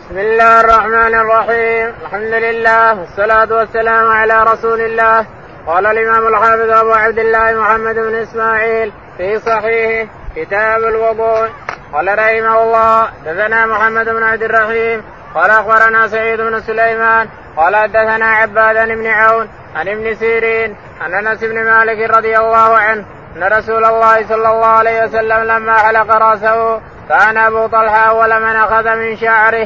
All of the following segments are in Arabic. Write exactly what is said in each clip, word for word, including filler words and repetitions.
بسم الله الرحمن الرحيم. الحمد لله والصلاة والسلام على رسول الله. قال الإمام الحافظ أبو عبد الله محمد بن إسماعيل في صحيحه كتاب الوضوء قال رحمه الله دثنا محمد بن عبد الرحيم قال أخبرنا سعيد بن سليمان قال حدثنا عباد بن عون عن ابن سيرين عن أنس بن مالك رضي الله عنه أن رسول الله صلى الله عليه وسلم لما حلق رأسه كان أبو طلحة أول من أخذ من شعره.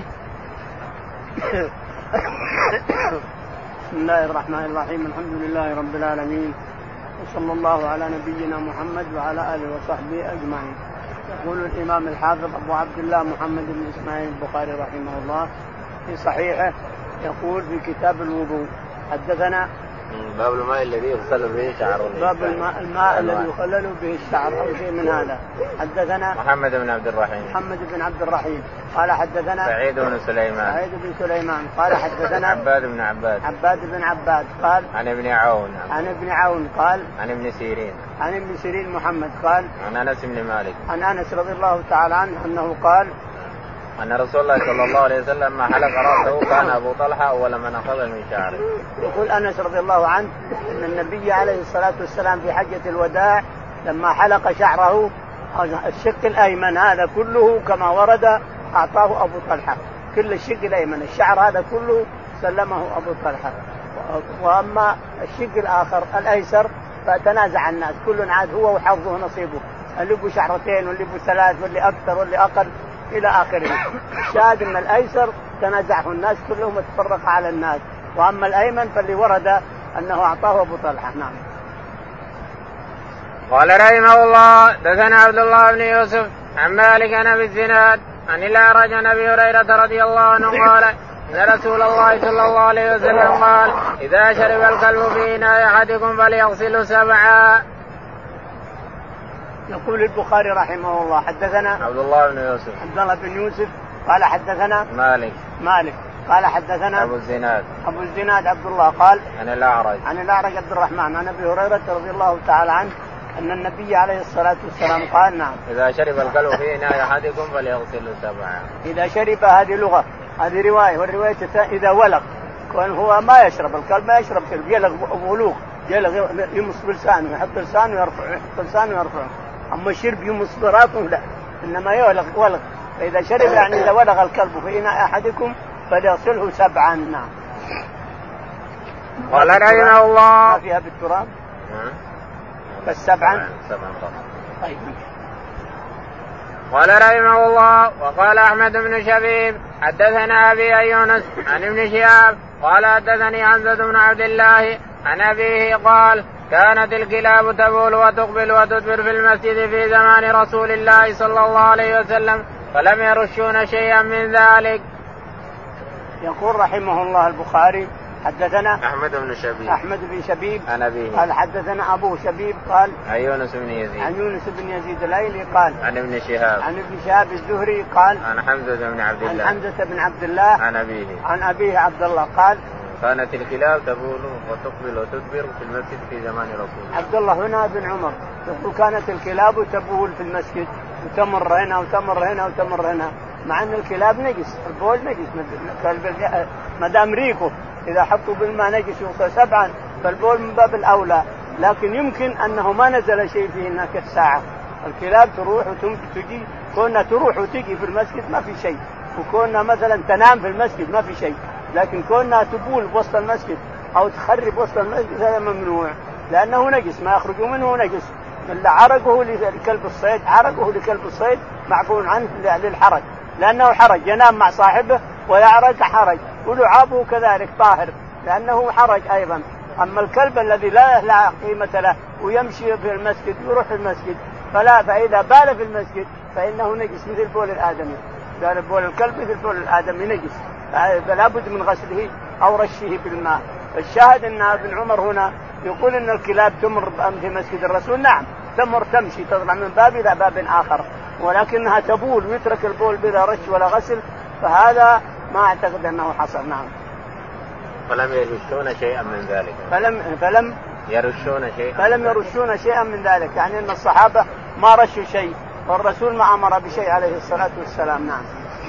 بسم الله الرحمن الرحيم. الحمد لله رب العالمين وصلى الله على نبينا محمد وعلى آله وصحبه أجمعين. يقول الإمام الحافظ أبو عبد الله محمد بن إسماعيل البخاري رحمه الله في صحيحه يقول في كتاب الوضوء حدثنا باب الماء الذي يغسل به شعر باب الماء, الماء الذي يخلل به الشعر أو شيء من هذا. حدثنا محمد بن عبد الرحيم محمد بن عبد الرحيم قال حدثنا سعيد بن سليمان سعيد بن سليمان قال حدثنا عباد بن عباد عباد بن عباد قال عن ابن عون عن ابن عون قال عن ابن سيرين عن ابن سيرين محمد قال عن أنس بن مالك عن أنس رضي الله تعالى عنه أنه قال أن رسول الله صلى الله عليه وسلم ما حلق رأسه كان أبو طلحة أول من أخذ من شعره. يقول أنس رضي الله عنه أن النبي عليه الصلاة والسلام في حجة الوداع لما حلق شعره الشق الأيمن هذا كله كما ورد أعطاه أبو طلحة، كل الشق الأيمن الشعر هذا كله سلمه أبو طلحة. وأما الشق الآخر الأيسر فتنازع الناس كل عاد هو وحظه نصيبه، اللي يبوا شعرتين واللي يبوا ثلاث واللي أكثر واللي أقل إلى آخره. الشاهد أن الأيسر تنازعه الناس كلهم وتفرق على الناس، وأما الأيمن فاللي ورد أنه أعطاه أبو طلحة. نعم. قال رحمه الله دثنا عبد الله بن يوسف عن مالك عن أبي الزناد عن الأعرج عن أبي هريرة رضي الله عنه قال إن رسول الله صلى الله عليه وسلم قال إذا شرب الكلب في إناء أحدكم فليغسله سبعا. يقول البخاري رحمه الله حدثنا عبد الله بن يوسف عبد الله بن يوسف قال حدثنا مالك مالك قال حدثنا أبو الزناد أبو الزناد عبد الله قال عن الأعرج عن الأعرج عبد الرحمن عن أبي هريرة رضي الله تعالى عنه أن النبي عليه الصلاة والسلام قال نعم إذا شرب الكلب في إناء أحدكم فليغسله سبعا. إذا شرب هذه لغة هذه رواية، والرواية إذا ولغ كون هو ما يشرب الكلب ما يشرب كلب يلغ ولوغ يلغ يمص بلسانه يحط لسانه يرفع يحط لسانه يرفع، أما الشرب يمص براسه لا إنما يولغ ولغ. فإذا شرب يعني إذا ولغ الكلب في إناء أحدكم فليغسله سبعا. نعم. قال رحمه الله ما فيها بالتراب بس سبعا سبعا. طيب. قال رحمه الله وقال أحمد بن شبيب حدثنا أبي يونس عن ابن شهاب قال حدثني حمزة بن عبد الله عن أبيه قال كانت الكلاب تبول وتقبل وتدبر في المسجد في زمان رسول الله صلى الله عليه وسلم فلم يرشون شيئا من ذلك. يقول رحمه الله البخاري حدثنا أحمد بن شبيب أحمد بن شبيب عن أبيه قال حدثنا أبو شبيب قال عن يونس بن يزيد عن يونس بن يزيد الأيلي قال عن ابن شهاب عن ابن شهاب الزهري قال عن حمزة بن عبد الله عن حمزة بن عبد الله عن أبيه عن أبيه عبد الله قال كانت الكلاب تبول وتقبل وتدبر في المسجد في زمان رسول الله. عبد الله هنا بن عمر يقول كانت الكلاب تبول في المسجد وتمر هنا وتمر هنا وتمر هنا، مع أن الكلاب نجس، البول نجس ما دام ريقه إذا حطوا بالماء نجس يوصل سبعا فالبول من باب الأولى، لكن يمكن أنه ما نزل شيء فيه هناك الساعة. الكلاب تروح وتجي، كونها تروح وتجي في المسجد ما في شيء، وكونها مثلا تنام في المسجد ما في شيء، لكن كونها تبول وسط المسجد أو تخرب وسط المسجد هذا ممنوع لأنه نجس ما يخرج منه نجس. إلا عرقه لكلب الصيد عرقه لكلب الصيد معفو عنه للحرج لأنه حرج ينام مع صاحبه ويعرق حرج، ولعابه كذلك طاهر لأنه حرج أيضا. أما الكلب الذي لا لا قيمة له ويمشي في المسجد ويروح في المسجد فلا، فإذا بال في المسجد فإنه نجس مثل بول الآدمي، قال بول الكلب مثل بول الآدمي نجس، فلا بد من غسله أو رشه بالماء. الشاهد أن ابن عمر هنا يقول أن الكلاب تمر في مسجد الرسول، نعم تمر تمشي تطلع من باب إلى باب آخر، ولكنها تبول ويترك البول بلا رش ولا غسل، فهذا ما أعتقد أنه حصل. نعم. فلم يرشون شيئا من ذلك فلم فلم يرشون شيئا فلم يرشون شيئا من ذلك، يعني أن الصحابة ما رشوا شيء والرسول ما أمر بشيء عليه الصلاة والسلام. نعم.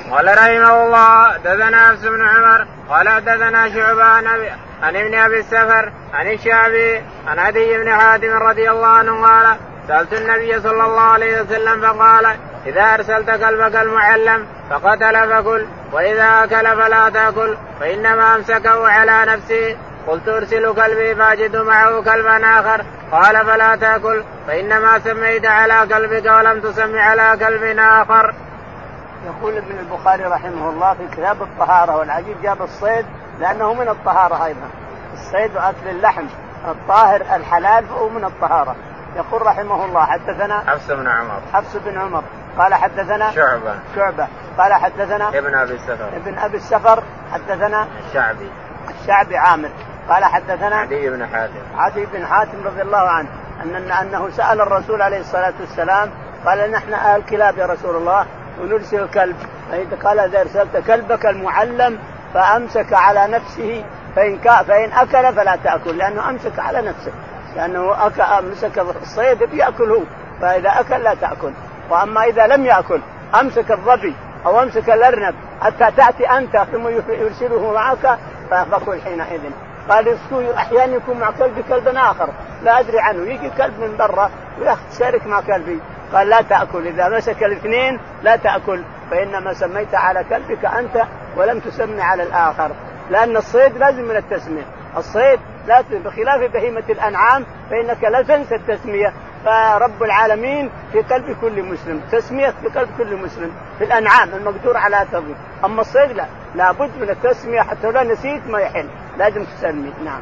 قال رحمه الله دثنا حفص بن عمر قال دثنا شعبة عن ابن ابي السفر عن الشعبي عن عدي بن حاتم رضي الله عنه قال سألت النبي صلى الله عليه وسلم فقال إذا أرسلت كلبك المعلم فقتل فكل وإذا أكل فلا تأكل فإنما أمسكه على نفسه. قلت أرسل كلبي فأجد معه كلبا آخر قال فلا تأكل فإنما سميت على كلبك ولم تسمي على كلب آخر. يقول ابن البخاري رحمه الله في كتاب الطهارة والعجيب جاب الصيد لأنه من الطهارة أيضا. الصيد وأكل اللحم الطاهر الحلال هو من الطهارة. يقول رحمه الله حدثنا حفص بن عمر حفص بن عمر قال حدثنا شعبة شعبة قال حدثنا ابن أبي السفر ابن أبي السفر حدثنا الشعبي الشعبي عامر قال حدثنا عدي بن حاتم عدي بن حاتم رضي الله عنه أن أنه سأل الرسول عليه الصلاة والسلام قال نحن أهل كلاب يا رسول الله ونرسل الكلب قال إذا أرسلت كلبك المعلم فأمسك على نفسه فإن, فإن أكل فلا تأكل لأنه أمسك على نفسه لأنه أمسك الصيد بيأكله فإذا أكل لا تأكل. وأما إذا لم يأكل أمسك الظبي أو أمسك الأرنب حتى تأتي أنت ثم يرسله معك فأكل حينئذ. قال أحيانا يكون مع كلب كلب آخر لا أدري عنه يجي كلب من برا ويشارك مع كلبي قال لا تأكل إذا مسك الاثنين لا تأكل فإنما سميت على كلبك أنت ولم تسمي على الآخر لأن الصيد لازم من التسمية. الصيد لا بخلاف بهيمة الأنعام فإنك لا تنسى التسمية. فرب العالمين في قلب كل مسلم تسمية في قلب كل مسلم في الأنعام المقدور على تضيف. أما الصيد لا لابد من التسمية حتى لو نسيت ما يحل لازم تسمي. نعم.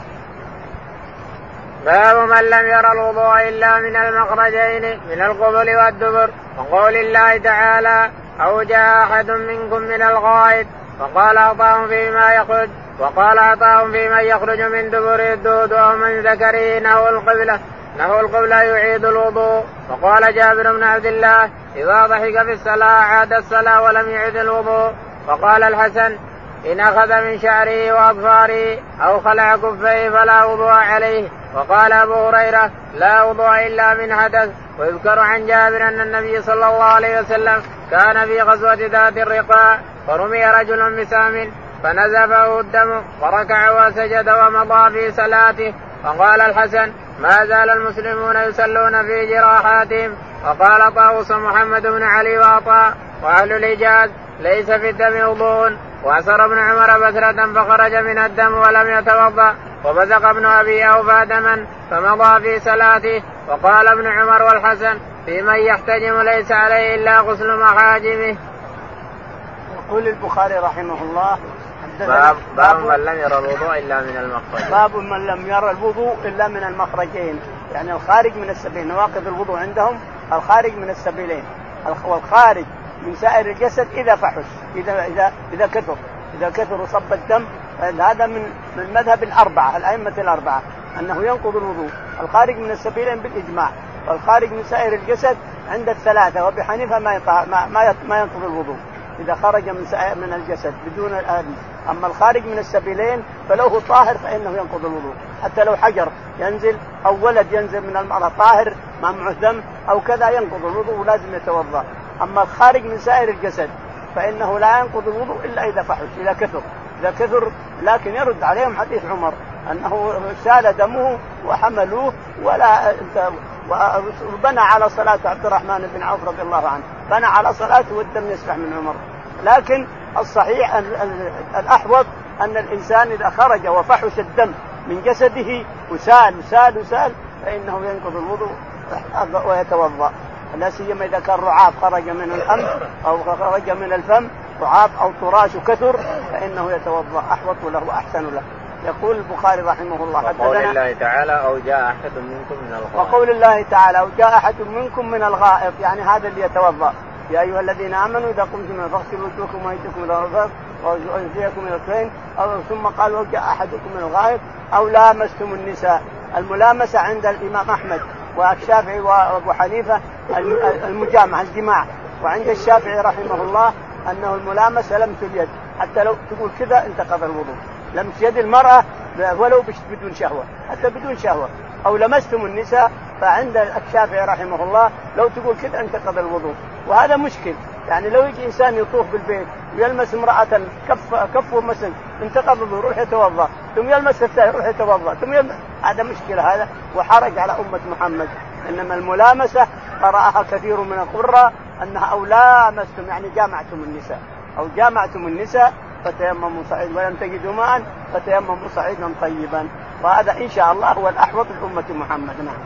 باب من لم ير الوضوء إلا من المخرجين من القبل والدبر وقول الله تعالى أو جاء أحد منكم من الغائط وقال أعطاهم فيما يخرج وقال أعطاهم فيما يخرج من دبر الدود أو من ذكره نحو القبلة نحو القبلة يعيد الوضوء. وقال جابر بن عبد الله إذا ضحك في الصلاة عاد الصلاة ولم يعد الوضوء. وقال الحسن إن أخذ من شعره وأظفاره أو خلع كفيه فلا وضوء عليه. وقال أبو هريرة لا وضوء إلا من حدث. ويذكر عن جابر أن النبي صلى الله عليه وسلم كان في غزوة ذات الرقاع فرمي رجل بسهم فنزفه الدم وركع وسجد ومضى في صلاته. وقال الحسن ما زال المسلمون يصلون في جراحاتهم. وقال طاووس محمد بن علي وعطاء وأهل الحجاز ليس في الدم وضوء. وأسر ابن عمر بسرة فخرج من الدم ولم يتوضأ وبزق ابن أبي أوفى دما فمضى في صلاته. وقال ابن عمر والحسن في من يحتجم ليس عليه إلا غسل محاجمه. يقول البخاري رحمه الله باب, باب من لم يرى الوضوء إلا من المخرجين. باب من لم يرى الوضوء إلا من المخرجين يعني الخارج من السبيل. نواقض الوضوء عندهم الخارج من السبيلين والخارج من سائر الجسد إذا فحش إذا إذا إذا كثر إذا كثر وصب الدم. هذا من من مذهب الأربعة الأئمة الأربعة أنه ينقض الوضوء. الخارج من السبيلين بالإجماع والخارج من سائر الجسد عند الثلاثة وأبي حنيفة ما ما ما ما ينقض الوضوء إذا خرج من سائر من الجسد بدون الآدم. أما الخارج من السبيلين فلو هو طاهر فإنه ينقض الوضوء حتى لو حجر ينزل أو ولد ينزل من المرأة طاهر ما معه دم أو كذا ينقض الوضوء ولازم يتوضأ. أما الخارج من سائر الجسد فإنه لا ينقض الوضوء إلا إذا فحش إذا كثر إذا كثر. لكن يرد عليهم حديث عمر أنه سال دمه وحملوه ولا وبنى على صلاة عبد الرحمن بن عوف رضي الله عنه بنى على صلاته والدم يسرح من عمر. لكن الصحيح الأحوط أن الإنسان إذا خرج وفحش الدم من جسده وسال وسال وسال فإنه ينقض الوضوء ويتوضأ. لا سيما إذا كان رعاف خرج من الأنف أو خرج من الفم رعاف أو تراش كثر فإنه يتوضأ أحوط له وأحسن له. يقول البخاري رحمه الله وقول الله تعالى أو جاء أحد منكم من الغائط. وقول الله تعالى أو جاء أحد منكم من الغائط يعني هذا اللي يتوضأ. يا أيها الذين آمنوا إذا قمتم من فاغسلوا وجوهكم وأيديكم إلى المرافق وأيديكم إلى الكعبين ثم قال أو جاء أحدكم من الغائط أو لامستم النساء. الملامسة عند الإمام أحمد والشافعي وأبو حنيفة المجامعة الجماع. وعند الشافعي رحمه الله أنه الملامسة لمس اليد حتى لو تقول كذا انتقض الوضوء. لمس يد المرأة ولو بدون شهوة حتى بدون شهوة أو لمستم النساء فعند الشافعي رحمه الله لو تقول كذا انتقض الوضوء. وهذا مشكل يعني لو يجي إنسان يطوف بالبيت ويلمس امرأة كف كفه مثلا انتقض الوضوء يروح يتوضأ، ثم يلمس الثاني يروح يتوضأ، ثم يلمس. هذا مشكلة هذا وحرج على أمة محمد. إنما الملامسة قرأها كثير من القراء أنها أو لامستم يعني جامعتم النساء أو جامعتم النساء فتيمموا صعيدا ولم تجدوا ماء فتيمموا صعيدا طيبا، وهذا إن شاء الله هو الأحوط لأمة محمد. نعم.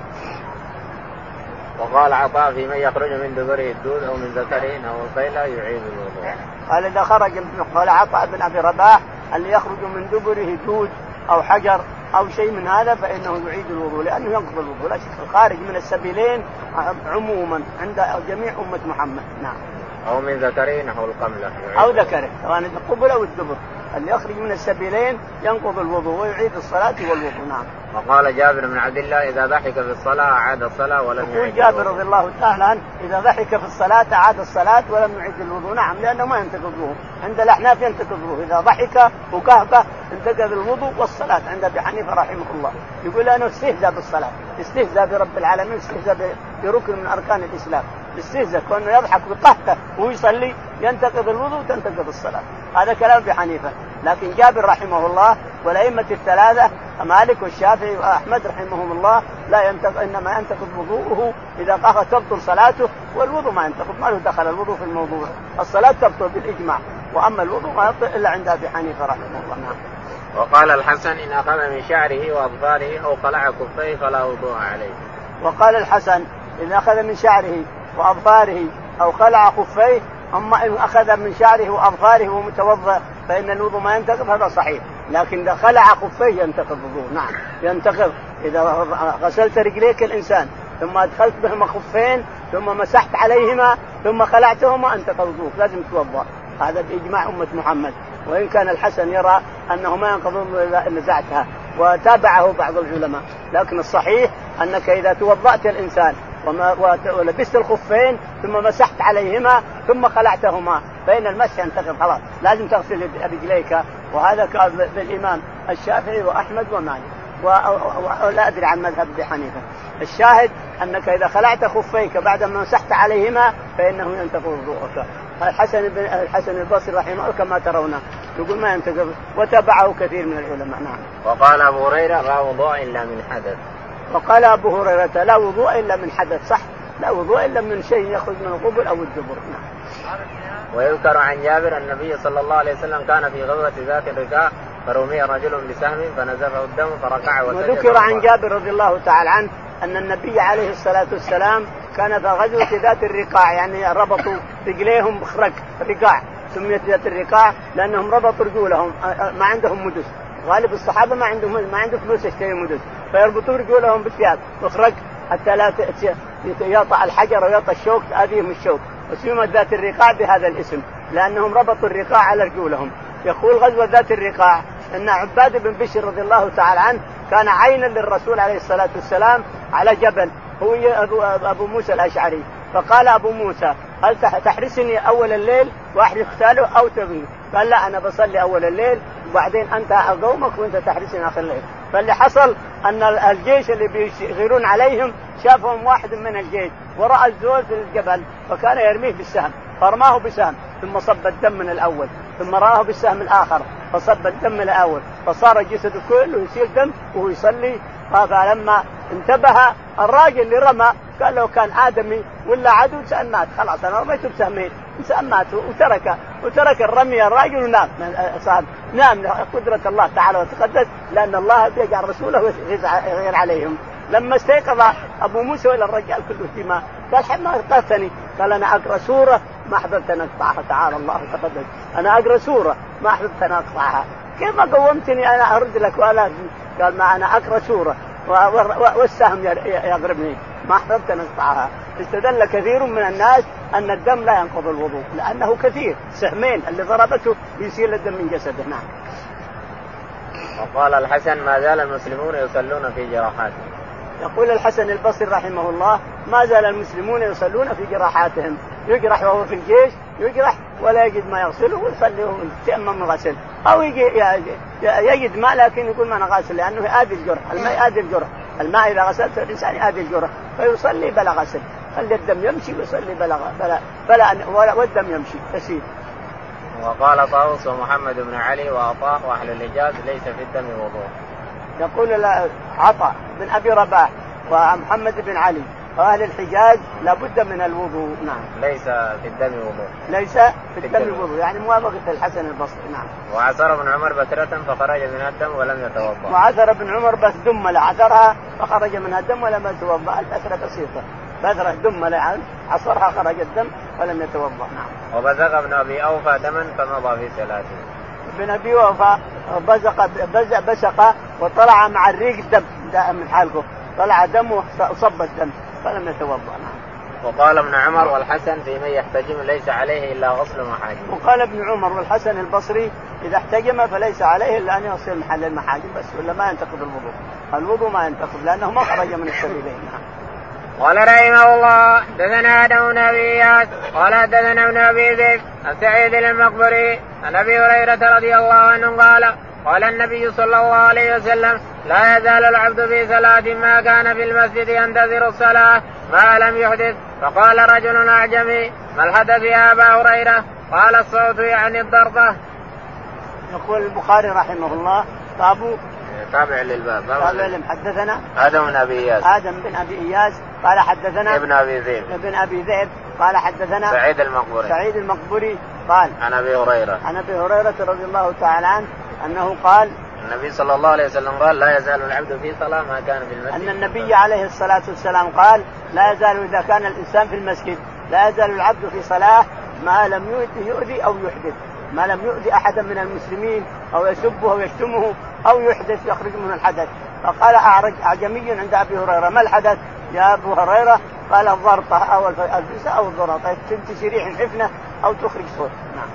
وقال عطاء في من يخرج من دبره الدود أو من ذكره أو أنثى لا يعيد الوضوء. قال إذا خرج قال عطاء بن أبي رباح اللي يخرج من دبره دود أو حجر أو شيء من هذا فإنه يعيد الوضوء لأنه ينقض الوضوء. لا شك الخارج من السبيلين عموما عند جميع أمة محمد. نعم. أو من ذكره نحو القملة أو ذكره سواء القبل أو الدبر اللي يخرج من السبيلين ينقض الوضوء ويعيد الصلاة والوضوء. نعم. وقال جابر بن عبد الله إذا ضحك في الصلاة أعاد الصلاة ولم يعيد الوضوء. جابر رضي الله تعالى عنه إذا ضحك في الصلاة أعاد الصلاة ولم يعيد الوضوء. نعم لأنه ما ينتقض الوضوء عند الأحناف ينتقض الوضوء إذا ضحك وكهكه انتقض الوضوء والصلاة عند أبي حنيفة رحمه الله يقول أنه استهزاء بالصلاة استهزاء برب العالمين استهزاء بركن من أركان الإسلام استهزاء كونه يضحك بقهقه ويصلي ينتقض الوضوء وتنتقض الصلاة. هذا كلام أبي حنيفة. لكن جابر رحمه الله والأئمة الثلاثة مالك والشافعي وأحمد رحمهم الله لا ينتقض إنما ينتقض وضوءه إذا قهقه تبطل صلاته والوضوء ما ينتقض ما له دخل الوضوء في الموضوع. الصلاة تبطل بالإجماع وأما الوضوء ما يبطل إلا عند أبي حنيفة رحمه الله. نعم. وقال الحسن إن أخذ من شعره وأظفاره أو قلع كفيه فلا وضوء عليه. وقال الحسن إن أخذ من شعره وأظفاره أو خلع خفيه أما إن أخذ من شعره وأظفاره ومتوضأ فإن الوضوء ما ينتقض هذا صحيح. لكن إذا خلع خفيه ينتقض الوضوء. نعم ينتقض. إذا غسلت رجليك الإنسان ثم أدخلت بهما خفين ثم مسحت عليهما ثم خلعتهما انتقض الوضوء لازم توضأ. هذا بإجماع أمة محمد. وإن كان الحسن يرى أنه ما ينقض الوضوء إذا نزعتها وتابعه بعض العلماء. لكن الصحيح أنك إذا توضأت الإنسان ولبست الخفين ثم مسحت عليهما ثم خلعتهما فإن المسح ينتقض خلاص لازم تغسل رجليك. وهذا كان الإمام الشافعي وأحمد ومالك ولا أدري عن مذهب أبي حنيفة. الشاهد أنك إذا خلعت خفيك بعد ما مسحت عليهما فإنه ينتقض وضوءك. الحسن بن الحسن البصري رحمه الله كما ترون يقول ما ينتقض وتبعه كثير من العلماء. نعم. وقال أبو هريرة لا وضوء إلا من حدث. وقال أبو هريرة لا وضوء إلا من حدث. صح لا وضوء إلا من شيء يخرج من القبل أو الدبر. نعم. ويذكر عن جابر النبي صلى الله عليه وسلم كان في غزوة ذات الرقاع فرمي رجل بسهم فنزفه الدم فركع وسجد. وذكر عن جابر رضي الله تعالى عنه أن النبي عليه الصلاة والسلام كان في غزوة ذات الرقاع يعني ربطوا رجليهم بخرق رقاع سميت ذات الرقاع لأنهم ربطوا رجولهم ما عندهم مدس. غالب الصحابة ما عندهم ما عندهم فلوس يشتري مدس فيربطوا رجولهم بالثياب بخرق حتى لا يطع الحجر ويطع الشوك تأذيهم الشوك. وسميت ذات الرقاع بهذا الاسم لأنهم ربطوا الرقاع على رجولهم. يقول غزوة ذات الرقاع أن عباد بن بشر رضي الله تعالى عنه كان عينا للرسول عليه الصلاة والسلام على جبل هو أبو موسى الأشعري. فقال أبو موسى هل تحرسني أول الليل وأحرس ثاله أو تبني؟ قال لا أنا بصلي أول الليل وبعدين أنت قومك وأنت تحرسني آخر الليل. فاللي حصل أن الجيش اللي بيغيرون عليهم شافهم واحد من الجيش ورأى الزول في الجبل فكان يرميه بالسهم فرماه بسهم ثم صب الدم من الأول ثم رآه بالسهم الآخر فصب الدم من الأول فصار جسده كله يسيل دم وهو يصلي. فلما انتبه الراجل اللي رمى قال له كان آدمي ولا عدو سأمات خلاص أنا رميته بسهمين سأمات وترك وترك الرمي الراجل ونام صار نام قدرة الله تعالى وتقدس لأن الله بيجعل رسوله غير عليهم. لما استيقظ أبو موسى إلى الرجال كله دماء قال ما قتلتني قال أنا أقرأ سورة ما حضرت أن أقطعها تعالى الله تقدس أنا أقرأ سورة ما حضرت أن أقطعها كيف ما قومتني أنا أرد لك ولا قال ما أنا أقرأ سورة والسهم يضربني ما حضرت أن أقطعها. استدل كثير من الناس أن الدم لا ينقض الوضوء لأنه كثير سهمين اللي ضربته يسيل الدم من جسده. نعم. وقال الحسن ما زال المسلمون يصلون في جراحاتهم. يقول الحسن البصري رحمه الله ما زال المسلمون يصلون في جراحاتهم يجرح وهو في الجيش يجرح ولا يجد ما يغسله ويصلي ويتيمم غسل أو يجي يجد ماء لكن يقول ما أنا غاسل لأنه آذي الجرح الماء آذي الجرح الماء إذا غسلت الإنسان آذي الجرح فيصلي بلا غسل خلي الدم يمشي ويصلي بلا بلا بلا ولا والدم يمشي يسير. وقال طاووس ومحمد بن علي وعطاء واهل الحجاز ليس في الدم وضوء. يقول عطاء بن ابي رباح ومحمد بن علي واهل الحجاز لابد من الوضوء. نعم. ليس في الدم وضوء. ليس في الدم وضوء يعني موافقة الحسن البصري. نعم. وعثر ابن عمر بترة فخرج منها الدم ولم يتوضأ. وعثر ابن عمر بس دم عثرها فخرج منها الدم ولم يتوضأ. الأثر بسيطة بذرة دم لعن عصرها خرج الدم ولم يتوضأ. نعم. وبزق ابن أبي أوفى دما فمضى في صلاته. ابن أبي أوفى بزق بزق بزق وطلع مع الريق دم من حلقه طلع دم وصب الدم فلم يتوضأ. نعم. وقال ابن عمر والحسن في من يحتجم ليس عليه إلا غسل محاجم. وقال ابن عمر والحسن البصري إذا احتجم فليس عليه إلا أن يغسل محل المحاجم بس ولا ما ينتقض الوضوء. الوضوء ما ينتقض لأنه ما خرج من السبيلين. قال رحمه الله دثنا آدم بن أبي إياس قال دثنا ابن أبي ذئب عن سعيد المقبري عن أبي هريرة رضي الله عنه قال قال النبي صلى الله عليه وسلم لا يزال العبد في صلاة ما كان في المسجد ينتظر الصلاة ما لم يحدث. فقال رجل أعجمي ما الحدث يا أبا هريرة؟ قال الصوت يعني الضربة. يقول البخاري رحمه الله باب تابع للباب تابع حدثنا آدم بن أبي إياس آدم بن أبي إياس قال حدثنا ابن أبي ذئب ابن أبي ذئب قال حدثنا سعيد المقبري سعيد المقبري قال عن أبي هريرة عن أبي هريرة رضي الله تعالى عنه أنه قال النبي صلى الله عليه وسلم قال لا يزال العبد في صلاة ما كان في المسجد. أن النبي عليه الصلاة والسلام قال لا يزال إذا كان الإنسان في المسجد لا يزال العبد في صلاة ما لم يؤذي أو يحدث ما لم يؤذي أحدا من المسلمين أو يسبه أو يشتمه أو يحدث يخرج من الحدث. فقال أعرج أعجمي عند أبي هريرة ما الحدث يا أبو هريرة؟ قال الضرطة أو الفساء أو الضرطة تنتشي ريح حفنة أو تخرج صوت. نعم.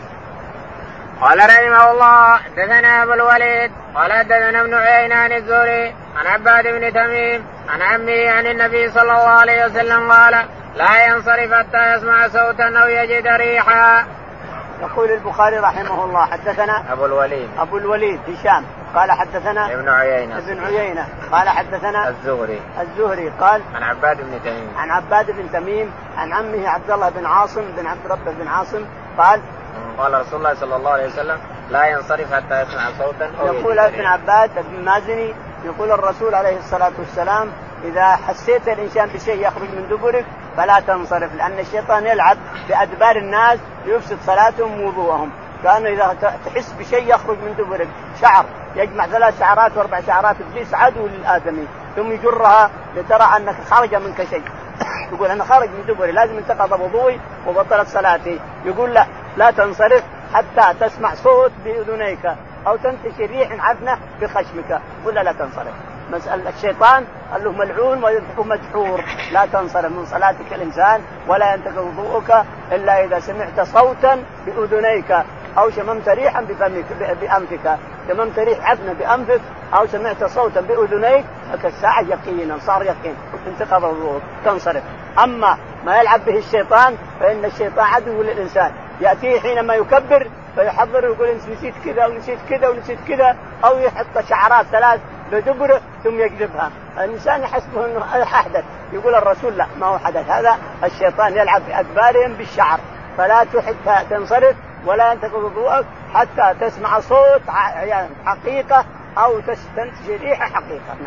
قال رحمه الله دثنا أبو الوليد قال دثنا ابن عيينة عن الزهري عن عباد بن تميم عن عمه عن النبي صلى الله عليه وسلم قال لا ينصرف حتى يسمع صوتا أو يجد ريحا. يقول البخاري رحمه الله حدثنا أبو الوليد أبو الوليد هشام قال حدثنا ابن عيينة ابن عيينة قال حدثنا الزهري الزهري قال عن عباد بن تميم عن عباد بن تميم عن عمه عبد الله بن عاصم بن عبد ربه بن عاصم قال قال رسول الله صلى الله عليه وسلم لا ينصرف حتى يسمع صوتا. يقول ابن عباد بن مازني يقول الرسول عليه الصلاة والسلام إذا حسيت الإنسان بشيء يخرج من دبرك فلا تنصرف لأن الشيطان يلعب بأدبار الناس ليفسد صلاتهم ووضوءهم. كأنه إذا تحس بشيء يخرج من دبرك شعر يجمع ثلاث شعرات واربع شعرات إبليس عدو للآدمي ثم يجرها لترى أنك خرج منك شيء يقول أنا خارج من دبري لازم انتقض وضوئي وبطلت صلاتي. يقول لا لا تنصرف حتى تسمع صوت بأذنيك أو تنتشر ريح عفنة بخشمك ولا لا تنصرف. مسألة الشيطان قال له ملعون ومدحور لا تنصرف من صلاتك الإنسان ولا ينتقض وضوءك إلا إذا سمعت صوتا بأذنيك أو شممت ريحا بفمك بأنفك شممت ريح عفنة بأنفك أو سمعت صوتا بأذنيك فكالساعة يقينا صار يقين انتقض وضوءك تنصرف. أما ما يلعب به الشيطان فإن الشيطان عدو للإنسان يأتيه حينما يكبر فيحضر ويقول انت نسيت كذا ونسيت كذا ونسيت كذا او يحط شعرات ثلاث بدبره ثم يقلبها. الانسان يحسبه انه احدث يقول الرسول لا ما هو حدث هذا الشيطان يلعب بأدبارهم بالشعر فلا تحد تنصرف ولا ينتقض وضوءك حتى تسمع صوت حقيقة او تنتشر ريحة حقيقة.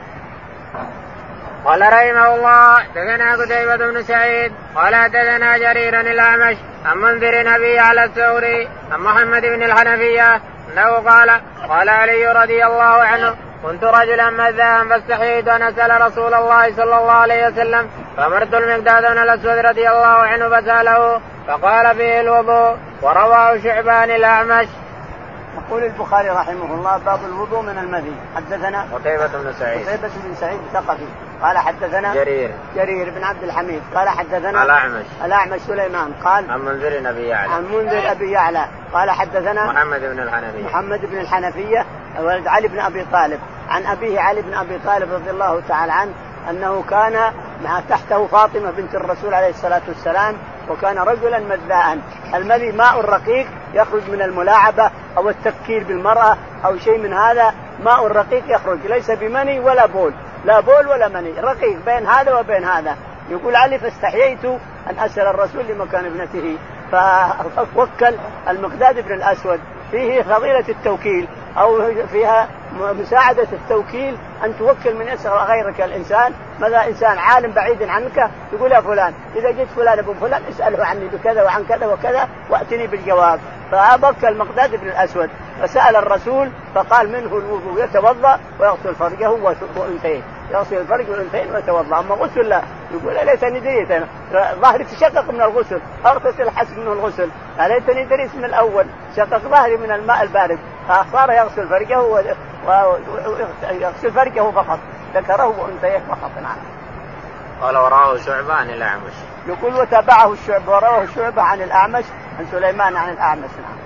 قال رحمه الله دثنا قتيبة بن سعيد قال دثنا جرير الأعمش عن منذر نبي على الثوري عن محمد بن الحنفية أنه قال قال علي رضي الله عنه كنت رجلا مذاء فاستحييت أن أسأل رسول الله صلى الله عليه وسلم فأمرت المقداد بن الأسود رضي الله عنه فسأله فقال فيه الوضوء. ورواه شعبان الأعمش. يقول البخاري رحمه الله باب الوضوء من المذي. حدثنا قتيبة بن سعيد قتيبة بن سعيد الثقفي قال حدثنا جرير جرير بن عبد الحميد قال حدثنا الأعمش الأعمش سليمان قال عن منذر أبي يعلى عن منذر أبي يعلى قال حدثنا محمد بن الحنفية محمد بن الحنفية ولد علي بن أبي طالب عن أبيه علي بن أبي طالب رضي الله تعالى عنه أنه كان مع تحته فاطمة بنت الرسول عليه الصلاة والسلام وكان رجلا مذاء. المذي ماء رقيق يخرج من الملاعبة أو التفكير بالمرأة أو شيء من هذا ماء رقيق يخرج ليس بمني ولا بول لا بول ولا مني رقيق بين هذا وبين هذا يقول علي فاستحييت أن أسأل الرسول لمكان ابنته، فوكل المقداد بن الأسود. فيه فضيلة التوكيل أو فيها مساعدة التوكيل، أن توكل من يسأل غيرك الإنسان. ماذا إنسان عالم بعيد عنك يقول يا فلان إذا جئت فلان ابن فلان اسأله عني بكذا وعن كذا وكذا وأتني بالجواب. فأبكى المقداد بن الأسود فسأل الرسول فقال منه الوضوء، يتوضأ ويغسل فرجه وأنثيه، يغسل الفرج والأنثيين ويتوضأ. أما غسل لا، يقول ليتني دريت أنا ظهري تشقق من الغسل أغتسل حسب منه الغسل، ليتني دريت من الأول شقق ظهري من الماء البارد. فصار يغسل فرجه ويغسل فرجه فقط، ذكره وأنثيه فقط. نعم. قال وراه شعبة عن الأعمش. يقول وتابعه الشعبة ورواه الشعبة عن الأعمش عن سليمان عن الأعمش. نعم.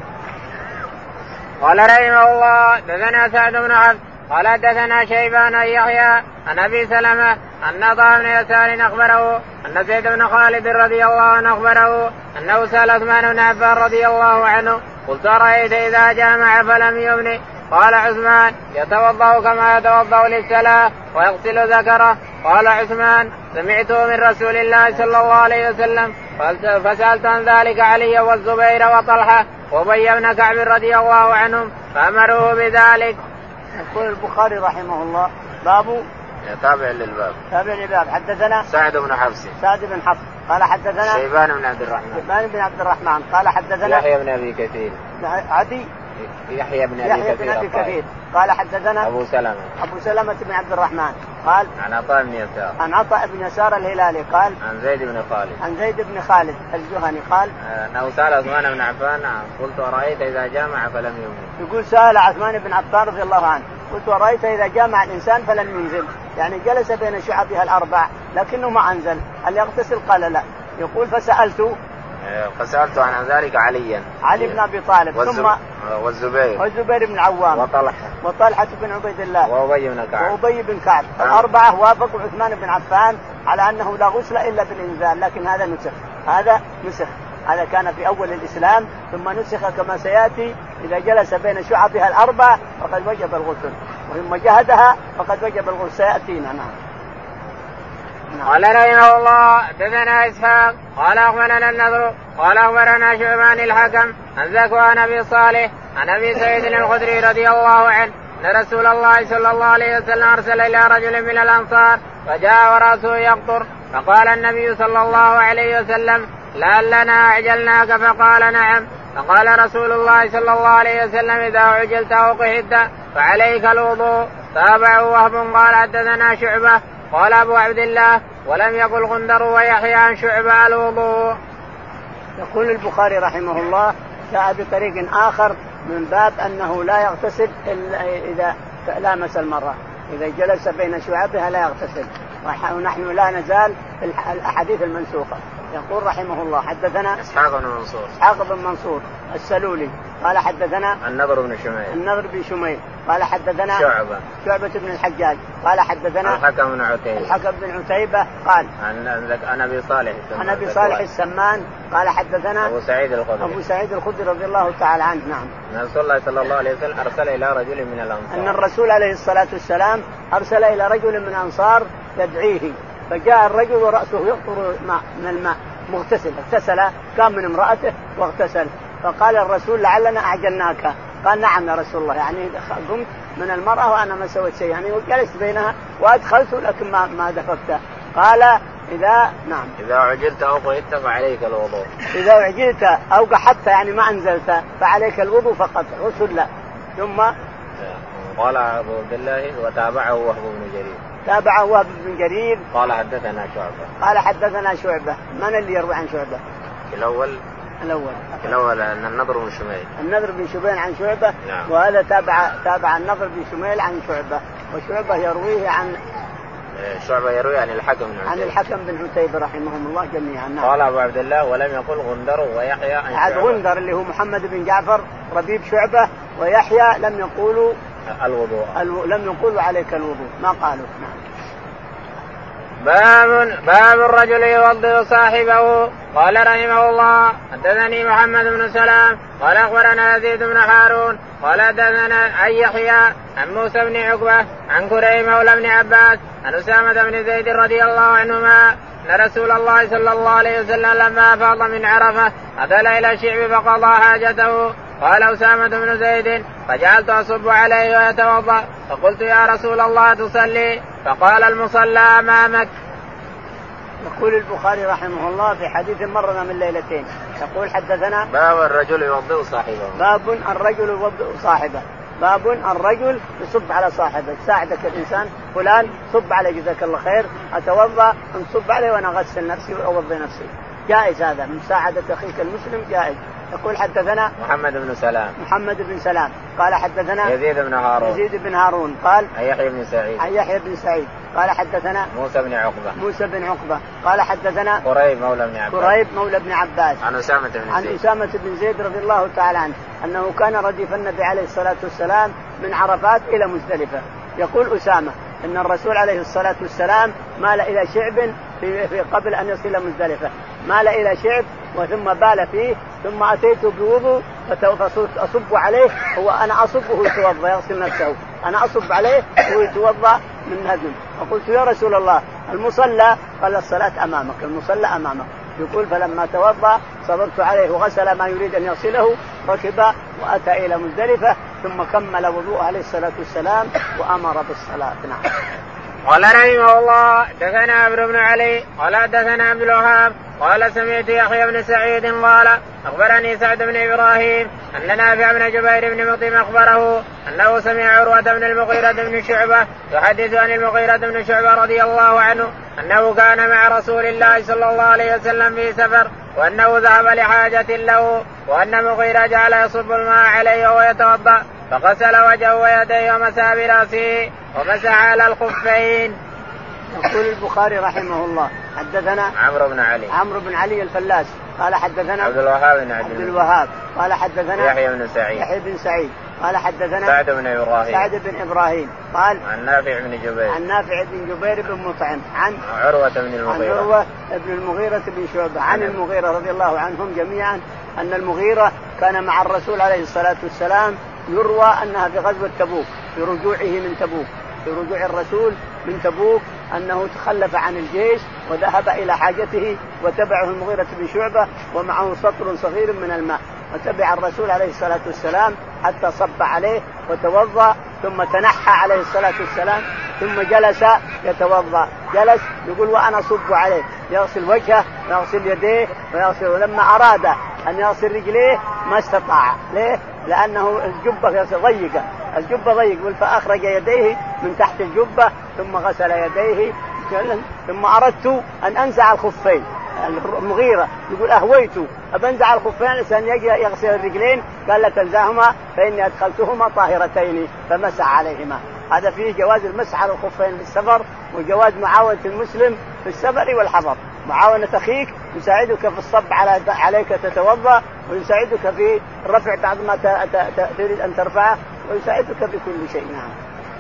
قال رحمه الله دثنا سعد بن عبد قال دثنا شيبان يحيى عن أبي سلمة أن عطاء بن يسار أخبره أن زيد بن خالد رضي الله عنه أخبره أنه سأل عثمان بن عفان رضي الله عنه قلت أرأيت إذا جامع فلم يمني؟ قال عثمان يتوضأ كما يتوضأ للصلاة ويغسل ذكره. قال عثمان سمعته من رسول الله صلى الله عليه وسلم فسألت عن ذلك علي والزبير وطلحة وأبي بن كعب رضي الله عنهم فأمروا بذلك. يقول البخاري رحمه الله باب تابع للباب تابع للباب. حدثنا سعد بن حفص سعد بن حفص قال حدثنا شيبان بن عبد الرحمن شيبان بن عبد الرحمن قال حدثنا يحيى بن أبي كثير عدي يحيى بن أبي يحيى بن أبي كثير قال حدثنا أبو سلمة أبو سلمة بن عبد الرحمن قال عن عطاء بن يسار عن عطاء بن يسار الهلالي قال عن زيد بن خالد عن زيد بن خالد الجهني قال أنه سأل عثمان بن عفان قلت أرأيت إذا جامع فلم يمني؟ يقول سأل عثمان بن عفان رضي الله عنه قلت أرأيت إذا جامع الإنسان فلم ينزل، يعني جلس بين شعبها الأربع لكنه ما أنزل، هل يغتسل؟ قال لا. يقول فسألت فسألت عن ذلك عليا علي بن أبي طالب والزب... ثم والزبير والزبير بن العوام وطلحة وطلحة بن عبيد الله وأبي بن كعب وأبي بن كعب. الأربعة وافقوا عثمان بن عفان على أنه لا غسل إلا بالإنزال، لكن هذا نسخ هذا نسخ هذا كان في أول الإسلام ثم نسخ كما سيأتي. إذا جلس بين شعبها الأربع فقد وجب الغسل، وإن جهدها فقد وجب الغسل سيأتينا. نعم. قال رحمه الله دثنا إسحاق قال أخبرنا النضر قال أخبرنا شعبان الحكم عن ذكوان أبي صالح عن أبي سعيد الخدري رضي الله عنه أن رسول الله صلى الله عليه وسلم أرسل إلى رجل من الأنصار فجاء ورأسه يقطر فقال النبي صلى الله عليه وسلم لعلنا أعجلناك؟ فقال نعم. فقال رسول الله صلى الله عليه وسلم إذا عجلت أو قحدت فعليك الوضوء. تابعه وهب قال حدثنا شعبة قال أبو عبد الله ولم يقل غندر ويحيى عن شعبة الوضوء. يقول البخاري رحمه الله جاء بطريق آخر من باب أنه لا يغتسل إلا إذا لامس المرأة، إذا جلس بين شعبها لا يغتسل، ونحن لا نزال في الأحاديث المنسوخة. يقول رحمه الله حدثنا إسحاق بن منصور إسحاق بن منصور السلولي قال حدثنا النضر بن شميل النضر بن شميل قال حدثنا شعبة شعبة بن الحجاج قال حدثنا الحكم بن عتيبة الحكم بن عتيبة قال عن أبي صالح عن أبي صالح السمان قال حدثنا أبو سعيد الخدري أبو سعيد الخدري رضي الله تعالى عنه. نعم. أن رسول الله صلى الله عليه وسلم أرسل إلى رجل من الأنصار أن الرسول عليه الصلاة والسلام أرسل إلى رجل من الأنصار يدعيه، فجاء الرجل ورأسه يقطر ماء من الماء مغتسل، اغتسل كان من امرأته واغتسل. فقال الرسول لعلنا أعجلناك؟ قال نعم يا رسول الله، يعني قمت من المرأة وأنا ما سويت شيء، يعني وجلست بينها وأدخلت لكن ما ما دفقت. قال إذا نعم إذا عجلت أو قحطت فعليك الوضوء. إذا عجلت أو قحطت يعني ما أنزلت فعليك الوضوء فقط، غسل لا. ثم قال أبو عبد الله وتابعه وهب بن جرير تابعه وهب بن جرير قال حدثنا شعبة قال حدثنا شعبة. من اللي يروي عن شعبة؟ الأول الأول الأول أن النضر بن شميل النضر بن شميل عن شعبة. نعم. وهذا تابع تابع النضر بن شميل عن شعبة، وشعبة يرويه عن شعبة يروي عن الحكم بن عن الحكم بن عتيبة رحمهم الله جميعا. نعم. قال أبو عبد الله ولم يقل غندر ويحيى عن شعبة. غندر اللي هو محمد بن جعفر ربيب شعبة، ويحيى لم يقولوا الوضوء الو... لم يقولوا عليك الوضوء، ما قالوا. نعم. باب باب الرجل يوضئ صاحبه. قال رحمه الله حدثني محمد بن سلام قال اخبرنا يزيد بن هارون قال حدثنا عن يحيى عن موسى بن عقبه عن كريم مولى بن عباس عن اسامه بن زيد رضي الله عنهما ان رسول الله صلى الله عليه وسلم لما افاض من عرفه أدل الى الشعب فقضى حاجته. قال أسامة بن زيد فجعلت أصب عليه ويتوضأ فقلت يا رسول الله تصلي؟ فقال المصلى أمامك. يقول البخاري رحمه الله في حديث مرنا من ليلتين يقول حدثنا باب الرجل يوضئ صاحبه. باب الرجل يوضئ صاحبه. باب الرجل يصب على صاحبه. ساعدك الإنسان فلان صب عليه جزاك الله خير أتوضأ نصب عليه وأنا أغسل نفسي وأوضي نفسي جائز. هذا من مساعدة أخيك المسلم جائز. يقول حدثنا محمد بن سلام محمد بن سلام قال حدثنا يزيد بن هارون يزيد بن هارون قال عن يحيى بن سعيد عن يحيى بن سعيد قال حدثنا موسى بن عقبة موسى بن عقبة قال حدثنا قريب مولى بن عباس قريب مولى بن عباس عن أسامة بن زيد عن أسامة بن زيد رضي الله تعالى عنه أنه كان رديف النبي عليه الصلاة والسلام من عرفات إلى مزدلفة. يقول أسامة أن الرسول عليه الصلاة والسلام مال إلى شعب في, في قبل أن يصل مزدلفة مال إلى شعب وثم بال فيه ثم أتيت بوضوء فأصب عليه هو أنا أصبه يتوضأ يغسل نفسه أنا أصب عليه هو يتوضأ من هدم. فقلت يا رسول الله المصلى؟ قال الصلاة أمامك المصلى أمامك. يقول فلما توضأ صبرت عليه وغسل ما يريد أن يغسله ركب وأتى إلى مزدلفة ثم كمل وضوءه عليه الصلاة والسلام وأمر بالصلاة. نعم. قال رحمه الله دثنا عمرو بن علي قال دثنا عبد الوهاب قال سمعت يحيى بن سعيد قال أخبرني سعد بن إبراهيم أن نافع بن جبير بن مطعم أخبره أنه سمع عروة بن المغيرة بن شعبة يحدث عن المغيرة بن شعبة رضي الله عنه أنه كان مع رسول الله صلى الله عليه وسلم في سفر وأنه ذهب لحاجة له وأن مغيرة جعل يصب الماء عليه ويتوضأ فغسل وجهه ويديه ومسح برأسه ومسح على الخفين. يقول البخاري رحمه الله حدثنا عمرو بن علي عمرو بن علي الفلاس قال حدثنا عبد الوهاب بن عبد الوهاب قال حدثنا يحيى بن سعيد يحيى بن سعيد قال حدثنا سعد بن إبراهيم سعد بن إبراهيم قال عن نافع بن جبير عن نافع بن جبير بن مطعم عن عروة بن المغيرة عن عروة بن المغيرة بن شعبة عن المغيرة رضي الله عنهم جميعا أن المغيرة كان مع الرسول عليه الصلاة والسلام. يروى أنها في غزوة تبوك في رجوعه من تبوك في رجوع الرسول من تبوك أنه تخلف عن الجيش وذهب إلى حاجته وتبعه المغيرة بن شعبة ومعه سطر صغير من الماء وتبع الرسول عليه الصلاة والسلام حتى صب عليه وتوضأ ثم تنحى عليه الصلاة والسلام ثم جلس يتوضأ. جلس يقول وأنا صب عليه يغسل وجهه ويغسل يديه ويغسل ولما أراد أن يغسل رجليه ما استطاع. ليه؟ لأنه الجبة ضيقة الجبة ضيق فأخرج يديه من تحت الجبة ثم غسل يديه ثم أردت أن أنزع الخفين. المغيرة يقول أهويت أبنزع الخفين لسان يجي يغسل الرجلين قال لا تنزعهما فإني أدخلتهما طاهرتين فمسح عليهما. هذا فيه جواز المسح على الخفين بالسفر وجواز معاونة المسلم في السفر والحضر. معاونة أخيك يساعدك في الصب على عليك تتوضأ ويساعدك في الرفع بعد ما تريد أن ترفعه ويساعدك في كل شيء. نعم.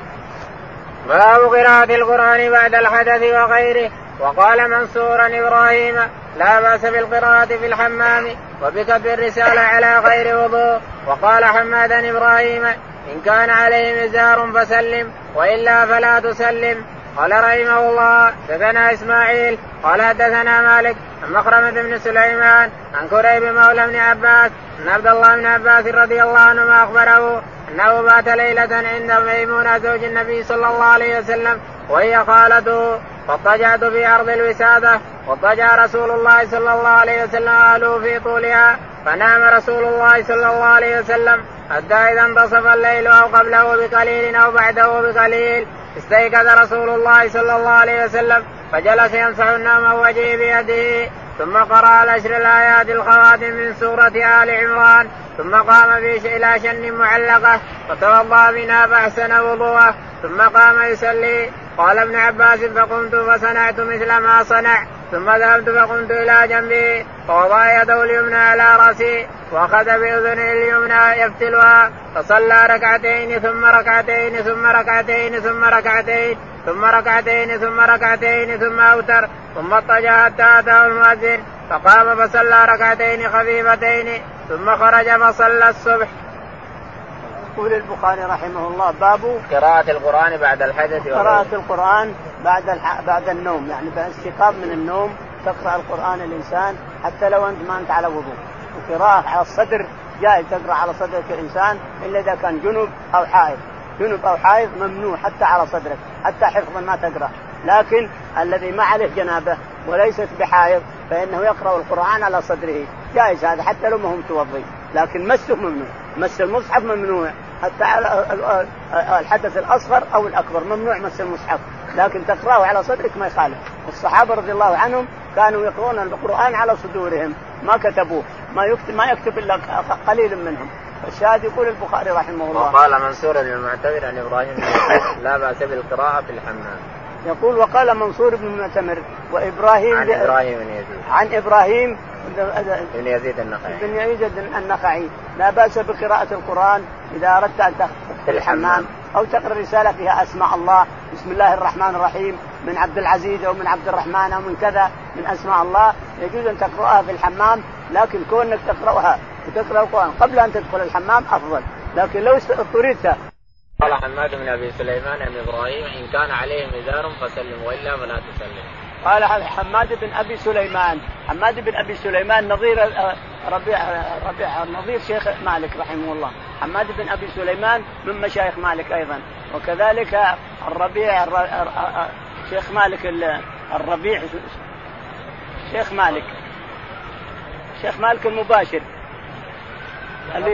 باب قراءة القرآن بعد الحدث وغيره. وقال منصور إبراهيم لا بأس بالقراءة في الحمام وبكتب الرسالة على غير وضوء. وقال حماد إبراهيم إن كان عليه مزار فسلم وإلا فلا تسلم. قال رحمه الله دثنا إسماعيل قال حدثنا مالك عن مخرمة بن سليمان عن كريب مولى بن عباس أن عبد الله بن عباس رضي الله عنهما أخبره أنه بات ليلة عند ميمونة زوج النبي صلى الله عليه وسلم وهي خالته فاضطجعت في أرض الوسادة واضطجع رسول الله صلى الله عليه وسلم أهله في طولها فنام رسول الله صلى الله عليه وسلم حتى إذا انتصف الليل أو قبله بقليل أو بعده بقليل استيقظ رسول الله صلى الله عليه وسلم فجلس يمسح النوم وجهه بيده ثم قرأ العشر الآيات الخواتم من سورة آل عمران ثم قام إلى شن معلقة فتوضأ منها فأحسن وضوءه ثم قام يصلي. قال ابن عباس فقمت فصنعت مثل ما صنع ثم ذهبت فقمت إلى جنبي فوضع يده اليمنى على رأسي وأخذ بأذنه اليمنى يفتلها فصلى ركعتين ثم ركعتين ثم ركعتين ثم ركعتين ثم ركعتين ثم ركعتين ثم أوتر ثم اضطجع حتى أتاه المؤذن فقام فصلى ركعتين خفيفتين ثم خرج فصلى الصبح. يقول البخاري رحمه الله باب قراءة القرآن بعد الحدث. قراءة القرآن بعد الح... بعد النوم، يعني بعد استيقاظ من النوم تقرأ القرآن الإنسان حتى لو أنت ما أنت على وضوء. وقراءة على الصدر جائز تقرأ على صدرك الإنسان إلا إذا كان جنب أو حائض. جنب أو حائض ممنوع حتى على صدرك حتى حفظا ما تقرأ. لكن الذي ما عليه جنابه وليست بحائض فإنه يقرأ القرآن على صدره جائز هذا حتى لو ما هو متوضي. لكن مسه ممنوع، مس المصحف ممنوع حتى على الحدث الأصغر أو الأكبر ممنوع مس المصحف، لكن تقرأه على صدرك ما يخالف. الصحابة رضي الله عنهم كانوا يقرؤون القرآن على صدورهم ما كتبوه، ما يكتب ما يكتب إلا قليل منهم. الشاهد يقول البخاري رحمه الله. وقال منصور بن المعتمر عن إبراهيم لا بأس بالقراءة في الحمام. يقول وقال منصور بن المعتمر وإبراهيم عن إبراهيم بن يزيد عن إبراهيم بن يزيد النخعي بن يزيد النخعي لا بأس بقراءة القرآن إذا أردت أن تخطب في الحمام أو تقرأ رسالة فيها أسماء الله، بسم الله الرحمن الرحيم من عبد العزيز أو من عبد الرحمن أو من كذا من أسماء الله، يجوز أن تقرأها في الحمام. لكن كونك تقرأها وتقرأ القرآن قبل أن تدخل الحمام أفضل. لكن لو اضطررت. قال حماد بن أبي سليمان عن إبراهيم إن كان عليهم إزار فسلم وإلا فلا تسلم. قال حماد بن أبي سليمان حماد بن أبي سليمان نظير ربيع ربيع نظير شيخ مالك رحمه الله. حماد بن أبي سليمان من مشايخ مالك أيضا، وكذلك الربيع شيخ مالك الربيع شيخ مالك شيخ مالك المباشر اللي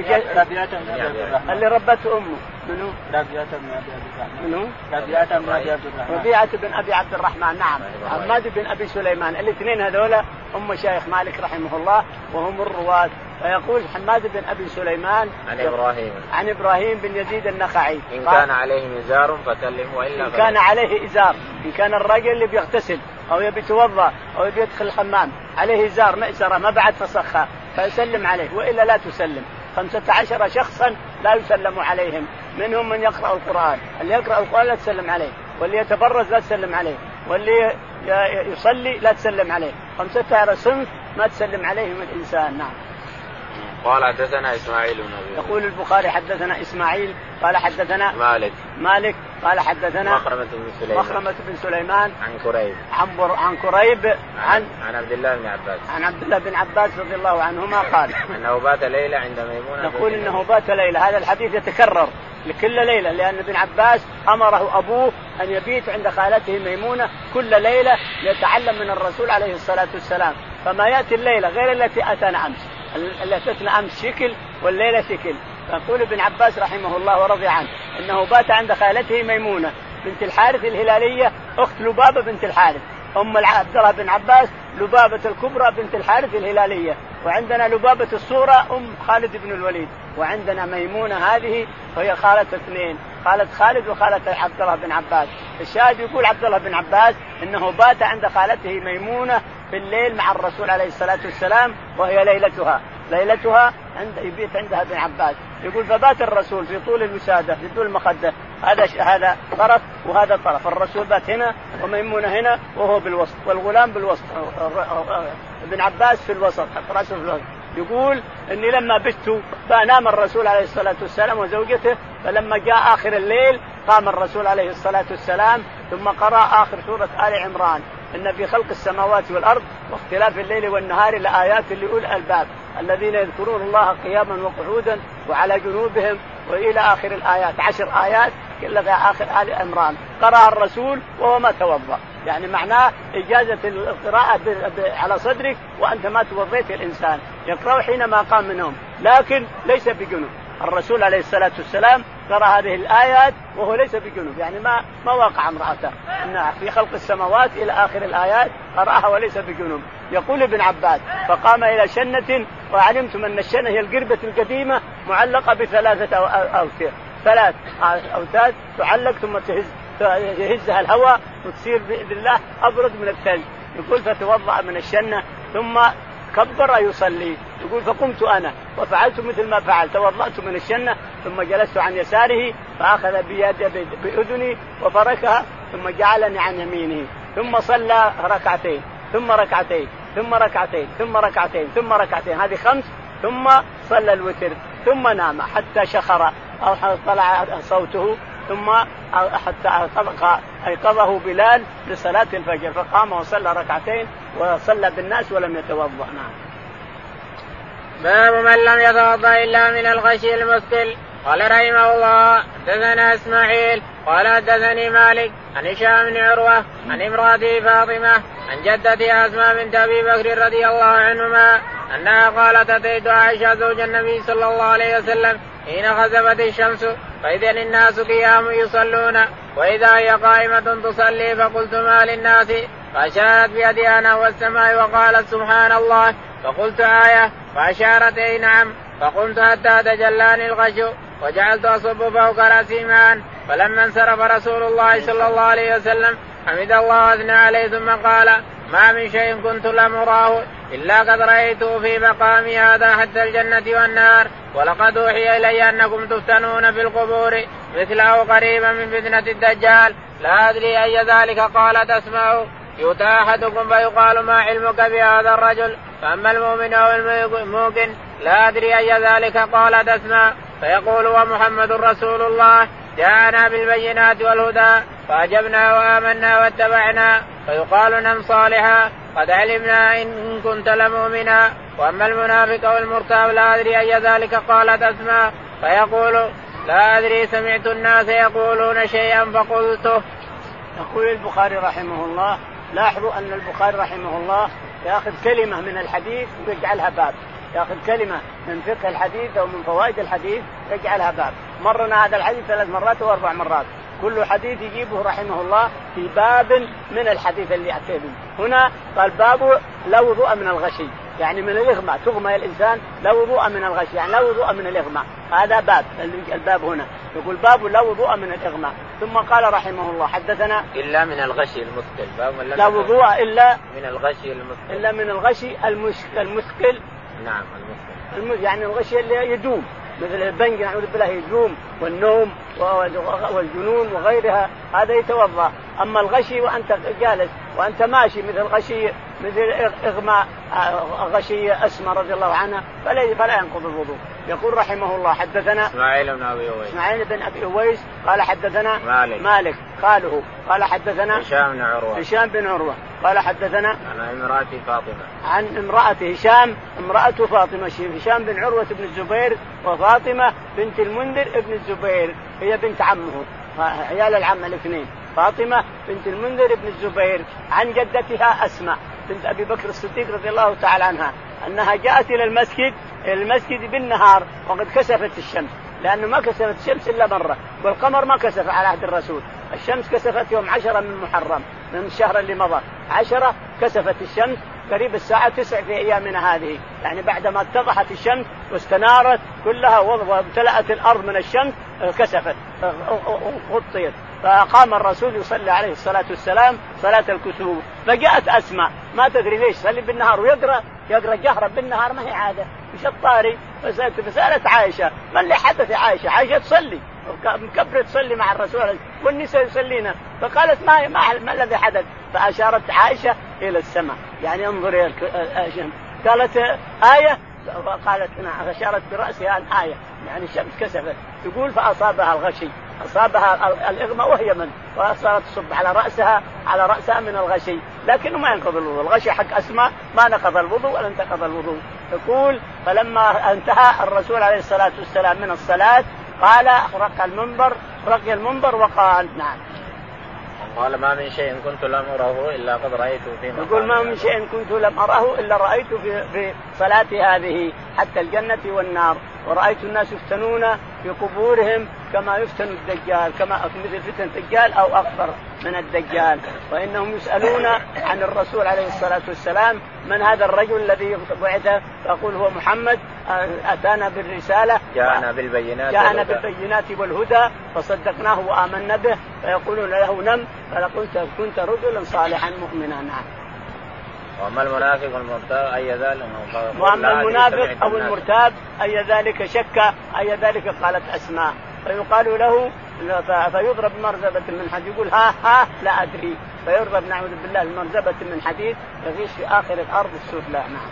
اللي ربته أمه منو؟ ربيعة بن أبي عبد الرحمن. منو؟ ربيعة بن أبي عبد الرحمن. ربيعة بن أبي عبد الرحمن. نعم. حماد بن أبي سليمان الاثنين هذولا هم شيخ مالك رحمه الله وهم الرواة. فيقول حماد بن أبي سليمان عن إبراهيم عن إبراهيم بن يزيد النخعي إن كان عليه إزار فسلم وإلا إن كان عليه إزار، إن كان الرجل اللي بيغتسل أو يبي يتوضأ أو يبي يدخل الحمام عليه إزار مأسرة ما بعد فسخها فيسلم عليه وإلا لا تسلم. خمسة عشر شخصا لا يسلم عليهم، منهم من يقرأ القرآن، اللي يقرأ القرآن لا تسلم عليه، واللي يتبرز لا تسلم عليه، واللي يصلي لا تسلم عليه. خمسة عشر صنف ما تسلم عليهم الإنسان. نعم. قال حدثنا إسماعيل بن أبي يقول البخاري حدثنا إسماعيل قال حدثنا مالك مالك قال حدثنا مخرمة بن سليمان مخرمة بن سليمان عن كريب عن بر... عن كريب عن عن عبد الله بن عباس عن عبد الله بن عباس رضي الله عنهما قال أنه بات ليلة عند ميمونة. يقول إنه بات ليلة. هذا الحديث يتكرر لكل ليلة لأن ابن عباس أمره أبوه أن يبيت عند خالته ميمونة كل ليلة ليتعلم من الرسول عليه الصلاة والسلام. فما يأتي الليلة غير التي أتانا أمس، التي أتنا أمس شكل والليلة شكل. فيقول ابن عباس رحمه الله ورضي عنه إنه بات عند خالته ميمونة بنت الحارث الهلالية أخت لبابة بنت الحارث. أم عبد الله بن عباس لبابة الكبرى بنت الحارث الهلالية، وعندنا لبابة الصورة أم خالد بن الوليد، وعندنا ميمونة هذه وهي خالة اثنين، خالة خالد وخالة عبد الله بن عباس. الشاهد يقول عبد الله بن عباس إنه بات عند خالته ميمونة في الليل مع الرسول عليه الصلاة والسلام وهي ليلتها ليلتها عند يبيت عندها ابن عباس. يقول فبات الرسول في طول الوسادة في طول المخدة، هذا هذا طرف وهذا طرف، الرسول بات هنا وميمونة هنا وهو بالوسط والغلام بالوسط، ابن عباس في الوسط حط رأسه في الوسط. يقول إني لما بت فنام الرسول عليه الصلاة والسلام وزوجته، فلما جاء آخر الليل قام الرسول عليه الصلاة والسلام ثم قرأ آخر سورة آل عمران إن في خلق السماوات والأرض واختلاف الليل والنهار لآيات لأولي الألباب الذين يذكرون الله قياما وقعودا وعلى جنوبهم وإلى آخر الآيات، عشر آيات كلها آخر آل عمران. قرأ الرسول وهو ما توضأ، يعني معناه إجازة القراءة على صدرك وأنت ما توضيت. الإنسان يقرأ حينما قام من النوم لكن ليس بجنوب. الرسول عليه الصلاة والسلام قرأ هذه الآيات وهو ليس بجنوب، يعني ما ما وقع امرأته إن في خلق السماوات إلى آخر الآيات قرأها وليس بجنوب. يقول ابن عباس فقام إلى شنة وعلمتم أن الشنة هي القربة القديمة معلقة بثلاثة أوتار، ثلاث أوتاد تعلق ثم تهز يهزها الهواء وتصير بإذن الله أبرد من الثلج. يقول فتوضأ من الشنة ثم كبر يصلي. يقول فقمت أنا وفعلت مثل ما فعل، توضأت من الشنة ثم جلست عن يساره فأخذ بيدي بأذني وفركها ثم جعلني عن يمينه ثم صلى ركعتين ثم ركعتين ثم ركعتين ثم ركعتين ثم ركعتين هذه خمس ثم صلى الوتر ثم نام حتى شخر أو طلع صوته ثم حتى أيقظه بلال لصلاة الفجر فقام وصلى ركعتين وصلى بالناس ولم يتوضأ. نعم. باب من لم يتوضأ إلا من الغشي المثقل. قال رحمه الله حدثنا إسماعيل قال حدثني مالك عن هشام بن عروة عن امرأته فاطمة عن جدتها أسماء بنت أبي بكر رضي الله عنهما أنها قالت أتيت عائشة زوج النبي صلى الله عليه وسلم حين خسفت الشمس فإذا الناس قيام يصلون وإذا هي قائمة تصلي فقلت ما للناس فأشارت بيدها نحو السماء وقالت سبحان الله فقلت آية فأشارت أي نعم فقمت حتى تجلاني الغش وجعلت أصب فوق رأسي ماء فلما انصرف رسول الله صلى الله عليه وسلم حمد الله وأثنى عليه ثم قال ما من شيء كنت لم أراه إلا قد رأيته في مقامي هذا حتى الجنة والنار ولقد أوحي إلي أنكم تفتنون في القبور مثله قريبا من فتنة الدجال لا أدري أي ذلك قالت أسماء يؤتى أحدكم فيقال ما علمك بهذا الرجل فأما المؤمن أو الموقن لا أدري أي ذلك قالت أسماء فيقول ومحمد رسول الله جاءنا بالبينات والهدى فأجبنا وآمنا واتبعنا فيقال نم صالحا قد علمنا إن كنت لمؤمنا وأما المنافق أو المرتاب لا أدري أي ذلك قالت أسماء فيقول لا أدري سمعت الناس يقولون شيئا فقلته. يقول البخاري رحمه الله لاحظوا أن البخاري رحمه الله يأخذ كلمة من الحديث ويجعلها باب يأخذ كلمة من فقه الحديث أو من فوائد الحديث يجعلها باب. مرنا هذا الحديث ثلاث مرات وأربع مرات كل حديث يجيبه رحمه الله في باب من الحديث اللي يأتي به. هنا قال باب لا وضوء من الغشي يعني من الإغماء تغمى الإنسان لا وضوء من الغشي يعني لا وضوء من الإغماء هذا باب الباب هنا يقول باب لا وضوء من الإغماء. ثم قال رحمه الله حدثنا إلا من الغشي المثقل باب لا وضوء إلا من الغشي المثقل إلا من الغشي المثقل. نعم المثقل يعني الغشي اللي يدوم مثل البنج نعوذ بالله يدوم والنوم والجنون وغيرها هذا يتوضأ. أما الغشي وأنت جالس وأنت ماشي مثل غشي مثل إغماء غشي أسماء رضي الله عنها فلا فلا ينقض الوضوء. يقول رحمه الله حدثنا إسماعيل بن أبي أويس إسماعيل بن أبي أويس قال حدثنا مالك مالك قاله قال حدثنا هشام بن عروة هشام بن عروة قال حدثنا عن امرأة فاطمة عن امرأة هشام امرأة فاطمة هشام بن عروة بن الزبير وفاطمة بنت المنذر ابن الزبير هي بنت عمه عيال العم الاثنين فاطمة بنت المنذر ابن الزبير عن جدتها أسماء بنت أبي بكر الصديق رضي الله تعالى عنها أنها جاءت إلى المسجد المسجد بالنهار وقد كسفت الشمس لأنه ما كسفت الشمس إلا مرة والقمر ما كسف على عهد الرسول. الشمس كسفت يوم عشرة من محرم من الشهر اللي مضى عشرة كسفت الشمس قريب الساعة تسع في أيامنا هذه يعني بعدما اتضحت الشمس واستنارت كلها وامتلأت الأرض من الشمس كسفت غطيت فقام الرسول يصلي عليه الصلاة والسلام صلاة الكسوف فجاءت أسماء ما تدري ليش صلي بالنهار ويقرأ يقرأ جهرا بالنهار ما هي عادة مش الطاري فسألت عائشة ما اللي حدث يا عائشة عائشة تصلي مكبرة تصلي مع الرسول والنساء يصلينا فقالت ما ما, ما الذي حدث فأشارت عائشة إلى السماء يعني انظر إلى الشمس قالت آية قالت نعم أشارت برأسها الآية يعني الشمس كسفت تقول فأصابها الغشي أصابها الإغماء وهي من وصارت تصب على رأسها على رأسها من الغشي لكنه ما ينقض الوضوء. الغشي حق أسماء ما نقض الوضوء ولا انتقض الوضوء. تقول فلما انتهى الرسول عليه الصلاة والسلام من الصلاة قال رقى المنبر رقي المنبر وقال نعم قال ما من شيء كنت لم أره إلا قد رأيته في مقام يقول ما من شيء كنت لم أره إلا رأيته في, في صلاتي هذه حتى الجنة والنار ورأيت الناس يفتنون في قبورهم كما يفتن الدجال كما مثل فتن الدجال أو أكثر من الدجال وإنهم يسألون عن الرسول عليه الصلاة والسلام من هذا الرجل الذي بعث فأقول هو محمد أتانا بالرسالة جاءنا بالبينات جاءنا بالبينات والهدى فصدقناه وآمنا به فيقولون له نم فلقلت كنت رجلا صالحا مؤمنا. نعم. وأما المنافق والمرتاب أي ذلك وأما المنافق أو المرتاب أي ذلك شك أي ذلك قالت أسماء فيقال له فيضرب مرزبة من حديد يقول ها ها لا أدري، فيضرب نعوذ بالله مرزبة من حديد يغيش في آخر الأرض السفلى. نعم.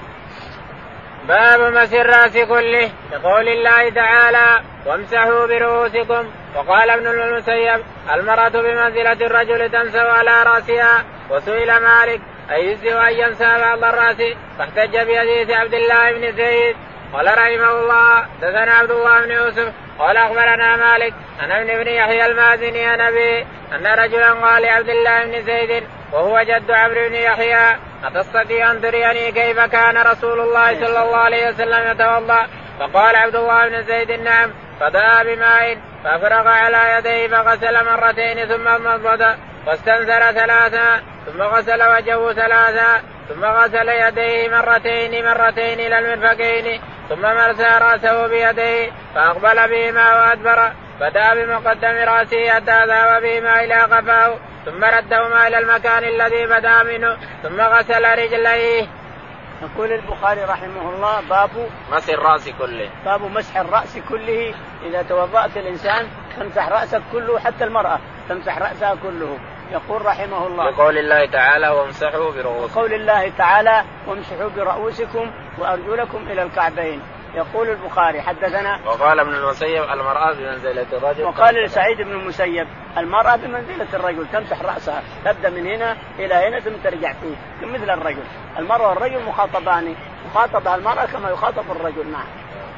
باب مسح الرأس كله لقول الله تعالى وامسحوا برؤوسكم. وقال ابن المسيب المرأة بمنزلة الرجل تمسح على رأسها. وسئل مالك أيجزئ أن يمسح بعض الرأس فاحتج بحديث عبد الله بن زيد. قال رحمه الله دثنا عبد الله بن يوسف قال أخبرنا مالك عن ابن بن يحيى المازني عن أبيه أن رجلا قال لعبد الله بن زيد وهو جد عمرو بن يحيى أتستطيع أن تريني كيف كان رسول الله صلى الله عليه وسلم يتوضأ؟ فقال عبد الله بن زيد نعم. فدعا بماء فأفرغ على يديه فغسل مرتين ثم مضمض واستنثر ثلاثا ثم غسل وجهه ثلاثا ثم غسل يديه مرتين مرتين إلى المرفقين ثم مرسى رأسه بيديه فأقبل بهما وأدبر بدأ بمقدم رأسه حتى ذهب بهما إلى قفاه ثم ردهما إلى المكان الذي بدأ منه ثم غسل رجليه. يقول البخاري رحمه الله باب مسح الرأس كله. باب مسح الرأس كله. إذا توضأت الإنسان تمسح رأسك كله حتى المرأة تمسح رأسها كله. يقول رحمه الله بقول الله تعالى وامسحوا برؤوسكم. قول الله تعالى وامسحوا برؤوسكم وأرجلكم إلى الكعبين. يقول البخاري حدثنا وقال ابن المسيب المرأة بمنزلة الرجل. وقال سعيد بن المسيب المرأة بمنزلة الرجل تمسح رأسها تبدأ من هنا إلى هنا ثم ترجع فيه مثل الرجل. المرأة والرجل مخاطبان مخاطبة المرأة كما يخاطب الرجل. نعم.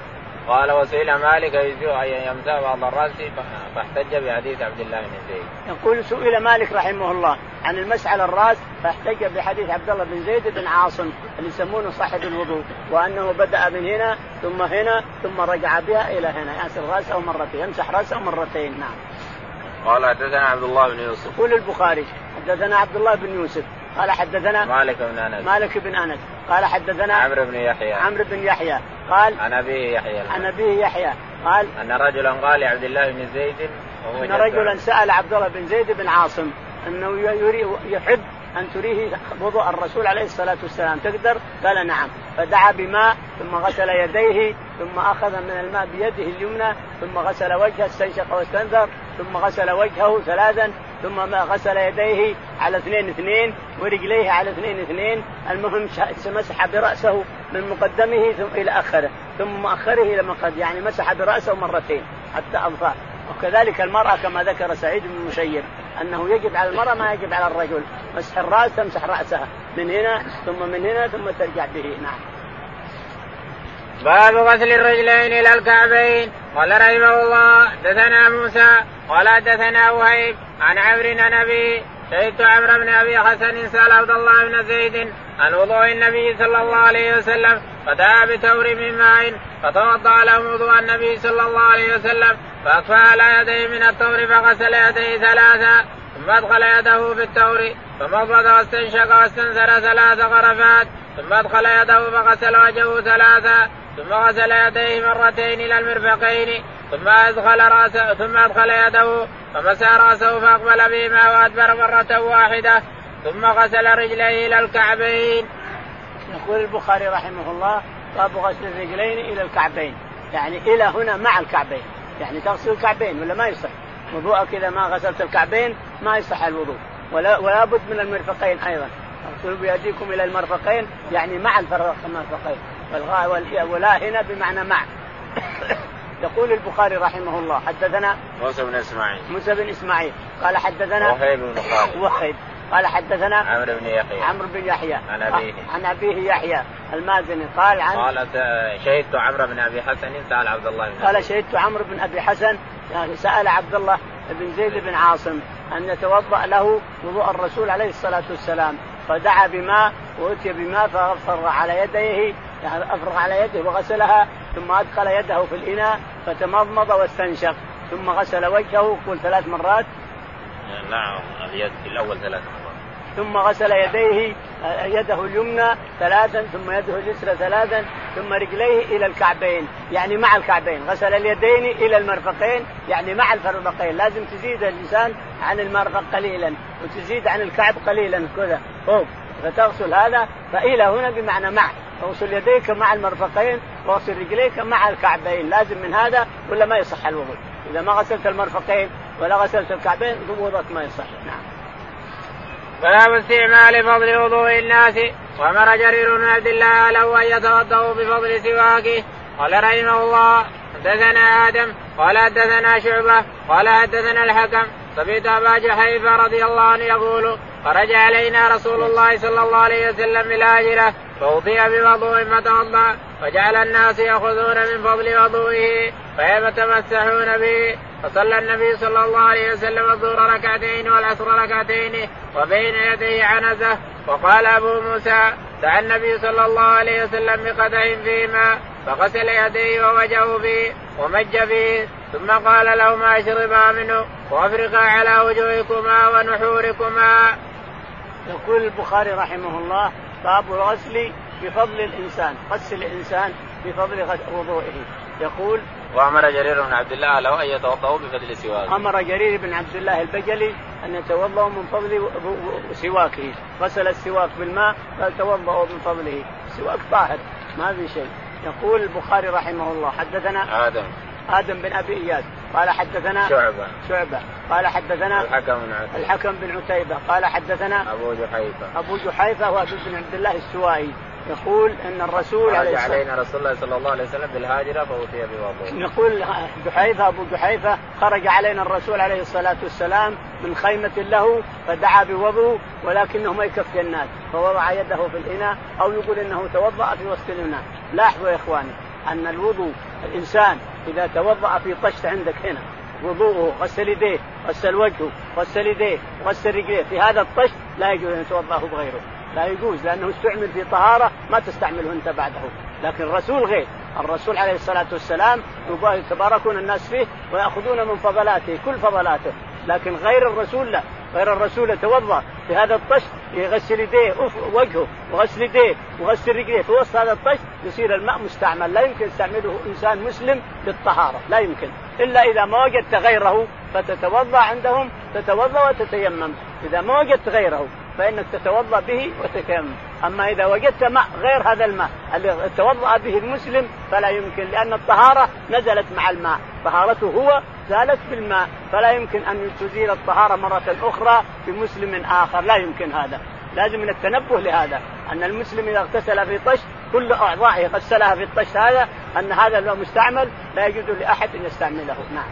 قال وسئل مالك يجوز أن يمسح بعض الرأس فاحتج بحديث عبد الله بن زيد. يقول سئل مالك رحمه الله عن المسح على الرأس فاحتج بحديث عبد الله بن زيد بن عاصم اللي يسمونه صاحب الوضوء وأنه بدأ من هنا ثم هنا ثم رجع بها إلى هنا يغسل رأسه مرتين يمسح رأسه مرتين. نعم. قال حدثنا عبد الله بن يوسف. يقول البخاري حدثنا عبد الله بن يوسف قال حدثنا مالك بن أنس مالك بن أنس قال حدثنا عمرو بن يحيى عمرو بن يحيى قال عن أبيه يحيى عن أبيه يحيى قال أن رجلا قال لعبد الله بن زيد أن رجلا سأل عبد الله بن زيد بن عاصم أنه يحب أن تريه وضوء الرسول عليه الصلاة والسلام تقدر؟ قال نعم. فدعا بماء ثم غسل يديه ثم أخذ من الماء بيده اليمنى ثم غسل وجهه استنشق واستنثر ثم غسل وجهه ثلاثا ثم غسل يديه على اثنين اثنين ورجليه على اثنين اثنين. المهم مسح برأسه من مقدمه ثم إلى آخره ثم مؤخره إلى مقد يعني مسح برأسه مرتين حتى أنفاه. وكذلك المرأة كما ذكر سعيد بن المسيب أنه يجب على المرأة ما يجب على الرجل مسح الرأس تمسح رأسها من هنا ثم من هنا ثم ترجع به. نعم. باب غسل الرجلين إلى الكعبين. قال رحمه الله دثنا موسى قال دثنا وهيب عن عمرو عن أبيه شهدت عمرو بن أبي حسن سأل عبد الله بن زيد عن وضوء النبي صلى الله عليه وسلم فدعا بتور من ماء فتوضأ له وضوء النبي صلى الله عليه وسلم فأكفى على يديه من التور فغسل يديه ثلاثا ثم أدخل يده في التور فمضمض واستنشق واستنثر ثلاث غرفات ثم أدخل يده فغسل وجهه ثلاثا ثم غسل يديه مرتين إلى المرفقين ثم أدخل رأسه ثم أدخل يده فمسح رأسه فأقبل بهما وأدبر مرة واحدة ثم غسل رجليه إلى الكعبين. يقول البخاري رحمه الله باب غسل الرجلين إلى الكعبين يعني إلى هنا مع الكعبين يعني تغسل الكعبين ولا ما يصح وضوءك إذا ما غسلت الكعبين ما يصح الوضوء ولا, ولا بد من المرفقين أيضا اغسلوا بيديكم إلى المرفقين يعني مع المرفقين ولا هنا بمعنى مع. يقول البخاري رحمه الله حدثنا موسى بن إسماعيل موسى بن إسماعيل قال حدثنا وهيب بن خالد وهيب قال حدثنا عمرو بن يحيى عمرو بن يحيى عن أبيه عن أبيه يحيى المازني قال عن قال شهدت عمرو بن أبي حسن سأل عبد الله بن قال شهدت عمرو بن أبي حسن يعني سأل عبد الله بن زيد بن عاصم أن يتوضأ له وضوء الرسول عليه الصلاة والسلام فدعا بماء وأتي بماء فأفرغ على يديه يعني أفرغ على يده وغسلها ثم أدخل يده في الإناء فتمضمض واستنشق ثم غسل وجهه كل ثلاث مرات. نعم اليد في الأول ثلاث مرات ثم غسل يديه يده اليمنى ثلاثا ثم يده اليسرى ثلاثا ثم رجليه إلى الكعبين يعني مع الكعبين غسل اليدين إلى المرفقين يعني مع الفرفقين لازم تزيد اللسان عن المرفق قليلا وتزيد عن الكعب قليلا كذا فوق فتغسل هذا فإلى هنا بمعنى مع اغسل يديك مع المرفقين واغسل رجليك مع الكعبين لازم من هذا ولا ما يصح الوضوء. إذا ما غسلت المرفقين ولا غسلت الكعبين وضوءك ما يصح. نعم. باب استعمال فضل وضوء الناس. وأمر جرير بن عبد الله له أن يتوضأوا بفضل سواكه. قال رحمه الله حدثنا آدم قال حدثنا شعبة قال حدثنا الحكم سمعت أبا جحيفة رضي الله عنه يقول خرج علينا رسول الله صلى الله عليه وسلم بالهاجرة فوضئ بوضوء فتوضأ فجعل الناس يأخذون من فضل وضوئه فيتمسحون به. فصلى النبي صلى الله عليه وسلم الظهر ركعتين والعصر ركعتين وبين يديه عنزة. وقال أبو موسى دعا النبي صلى الله عليه وسلم بقدح فيه ماء فغسل يديه ووجهه به ومج به ثم قال لهما اشربا منه وافرقا على وجوهكما ونحوركما. يقول البخاري رحمه الله باب الغسل بفضل الإنسان، غسل الإنسان بفضل وضوئه. يقول وأمر جرير بن عبد الله له أن يتوضأوا بفضل سواكه. أمر جرير بن عبد الله البجلي أن يتوضأوا من فضل سواكه، غسل السواك بالماء فتوضأوا من فضله، السواك طاهر ما في شيء. يقول البخاري رحمه الله حدثنا آدم آدم بن أبي إياس قال حدثنا شعبة شعبة قال حدثنا الحكم بن عتيبة الحكم بن عتيبة قال حدثنا أبو جحيفة أبو جحيفة وأبو بن عبد الله السوائي يقول أن الرسول خرج علينا رسول الله صلى الله عليه وسلم بالهاجرة فأوتي بوضوء. يقول جحيفة أبو جحيفة خرج علينا الرسول عليه الصلاة والسلام من خيمة له فدعا بوضوء ولكنه ما يكفي الناس فوضع يده في الإناء أو يقول إنه توضأ في وسط الإناء. لاحظوا يا إخواني أن الوضوء الإنسان إذا توضأ في طشت عندك هنا وضوءه غسل يديه غسل وجهه غسل يديه غسل رجليه في هذا الطشت لا يجوز أن يتوضأه بغيره، لا يجوز لأنه استعمل في طهارة ما تستعمله أنت بعده. لكن الرسول غير، الرسول عليه الصلاة والسلام يتباركون الناس فيه ويأخذون من فضلاته كل فضلاته، لكن غير الرسول لا، غير الرسول يتوضأ في هذا الطشت يغسل يديه وجهه وغسل يديه وغسل رجليه في وسط هذا الطشت يصير الماء مستعمل، لا يمكن يستعمله إنسان مسلم للطهارة، لا يمكن إلا إذا ما وجدت غيره فتتوضأ عندهم تتوضأ وتتيمم. إذا ما وجدت غيره فإنك تتوضأ به وتتيمم. أما إذا وجدت ماء غير هذا الماء اللي توضأ به المسلم فلا يمكن، لأن الطهارة نزلت مع الماء، طهارته هو زالت بالماء، فلا يمكن أن تزيل الطهارة مرة أخرى بمسلم آخر، لا يمكن هذا. لازم من التنبه لهذا أن المسلم إذا اغتسل في طشت كل أعضائه غسلها في الطشت هذا أن هذا لو مستعمل لا يجوز لأحد أن يستعمله. نعم.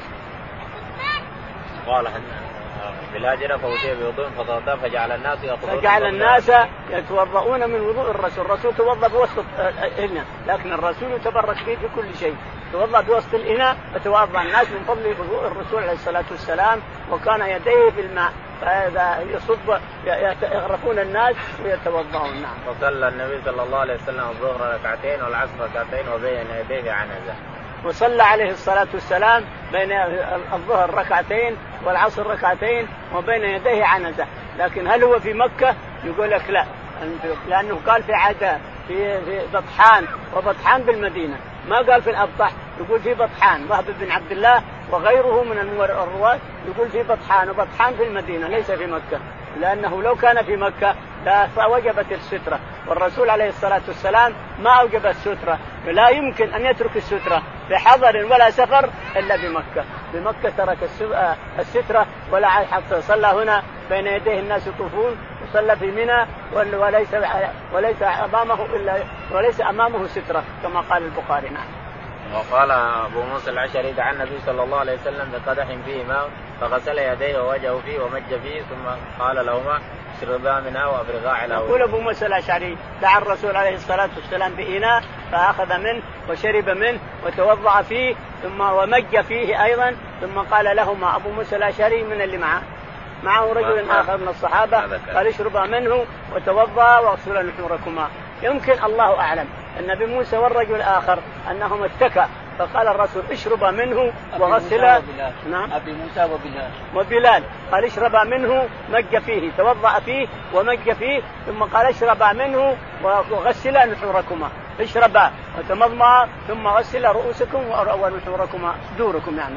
قال بالهاجرة فأوتي بوضوء فتوضأ فجعل الناس يأخذون فجعل الناس يتوضؤون من وضوء الرسول. الرسول توضأ بوسط الإناء لكن الرسول يتبرك فيه في كل شيء، توضأ بوسط الإناء فتوضأ الناس من فضل وضوء الرسول عليه الصلاة والسلام وكان يديه في الماء فإذا يصب يغرفون الناس ويتوضؤون. نعم. وصلى النبي صلى الله عليه وسلم الظهر ركعتين والعصر ركعتين وبين يديه عنزة. وصلى عليه الصلاة والسلام بين الظهر ركعتين والعصر ركعتين وبين يديه عنزة. لكن هل هو في مكة؟ يقول لك لا، لأنه قال في عادة في في بطحان وبطحان بالمدينة، ما قال في الأبطح، يقول في بطحان. وهب بن عبد الله وغيره من الرواة يقول في بطحان وبطحان في المدينة ليس في مكة، لأنه لو كان في مكة فوجبت السترة، والرسول عليه الصلاة والسلام ما أوجب السترة، لا يمكن أن يترك السترة بحضر ولا سفر إلا بمكة. بمكة ترك السترة ولا حتى صلى هنا بين يديه الناس يطوفون وصلى في منى وليس وليس أمامه إلا وليس أمامه سترة كما قال البخاري. نعم. وقال أبو موسى الأشعري دعا النبي صلى الله عليه وسلم بقدح فيه ماء فغسل يديه ووجهه فيه ومج فيه ثم قال لهما اشربا منها وافرغا على وجهه. يقول أبو موسى الأشعري دعا الرسول عليه الصلاة والسلام بإناء فأخذ منه وشرب منه وتوضأ فيه ثم ومج فيه أيضا ثم قال لهما أبو موسى الأشعري من اللي معه معه رجل آخر من الصحابة قال اشربا منه وتوضأ واغسلا نحوركما. يمكن الله أعلم أن أبي موسى والرجل الآخر أنهم اتكأ فقال الرسول اشربا منه وغسلا. نعم. أبي موسى وبلال وبلال قال اشربا منه مج فيه توضأ فيه ومج فيه ثم قال اشربا منه وغسلا نحوركما، اشربا وتمضمضا ثم غسلا رؤوسكم ونحوركما صدوركم. يعني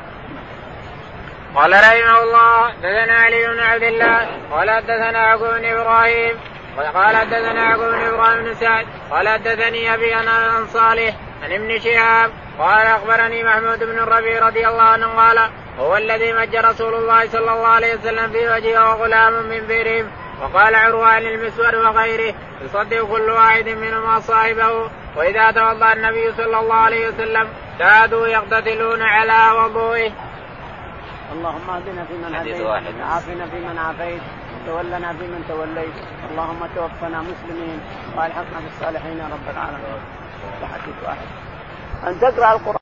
قال رحمه الله حدثنا علي بن عبد الله قال حدثنا يعقوب بن إبراهيم قال حدثنا يعقوب بن إبراهيم بن سعد قال حدثني أبي عن صالح عن ابن شهاب قال أخبرني محمود بن الربيع رضي الله عنه قال هو الذي مج رسول الله صلى الله عليه وسلم في وجهه وغلام من بئرهم. وقال عروة عن المسور وغيره يصدق كل واحد منهما صاحبه. وإذا توضأ النبي صلى الله عليه وسلم كادوا يقتتلون على وضوئه. اللهم اهدنا فيمن هديت وعافنا فيمن عافيت وتولنا فيمن توليت اللهم توفنا مسلمين والحقنا بالصالحين يا رب العالمين. حديث واحد أن تقرأ القرآن.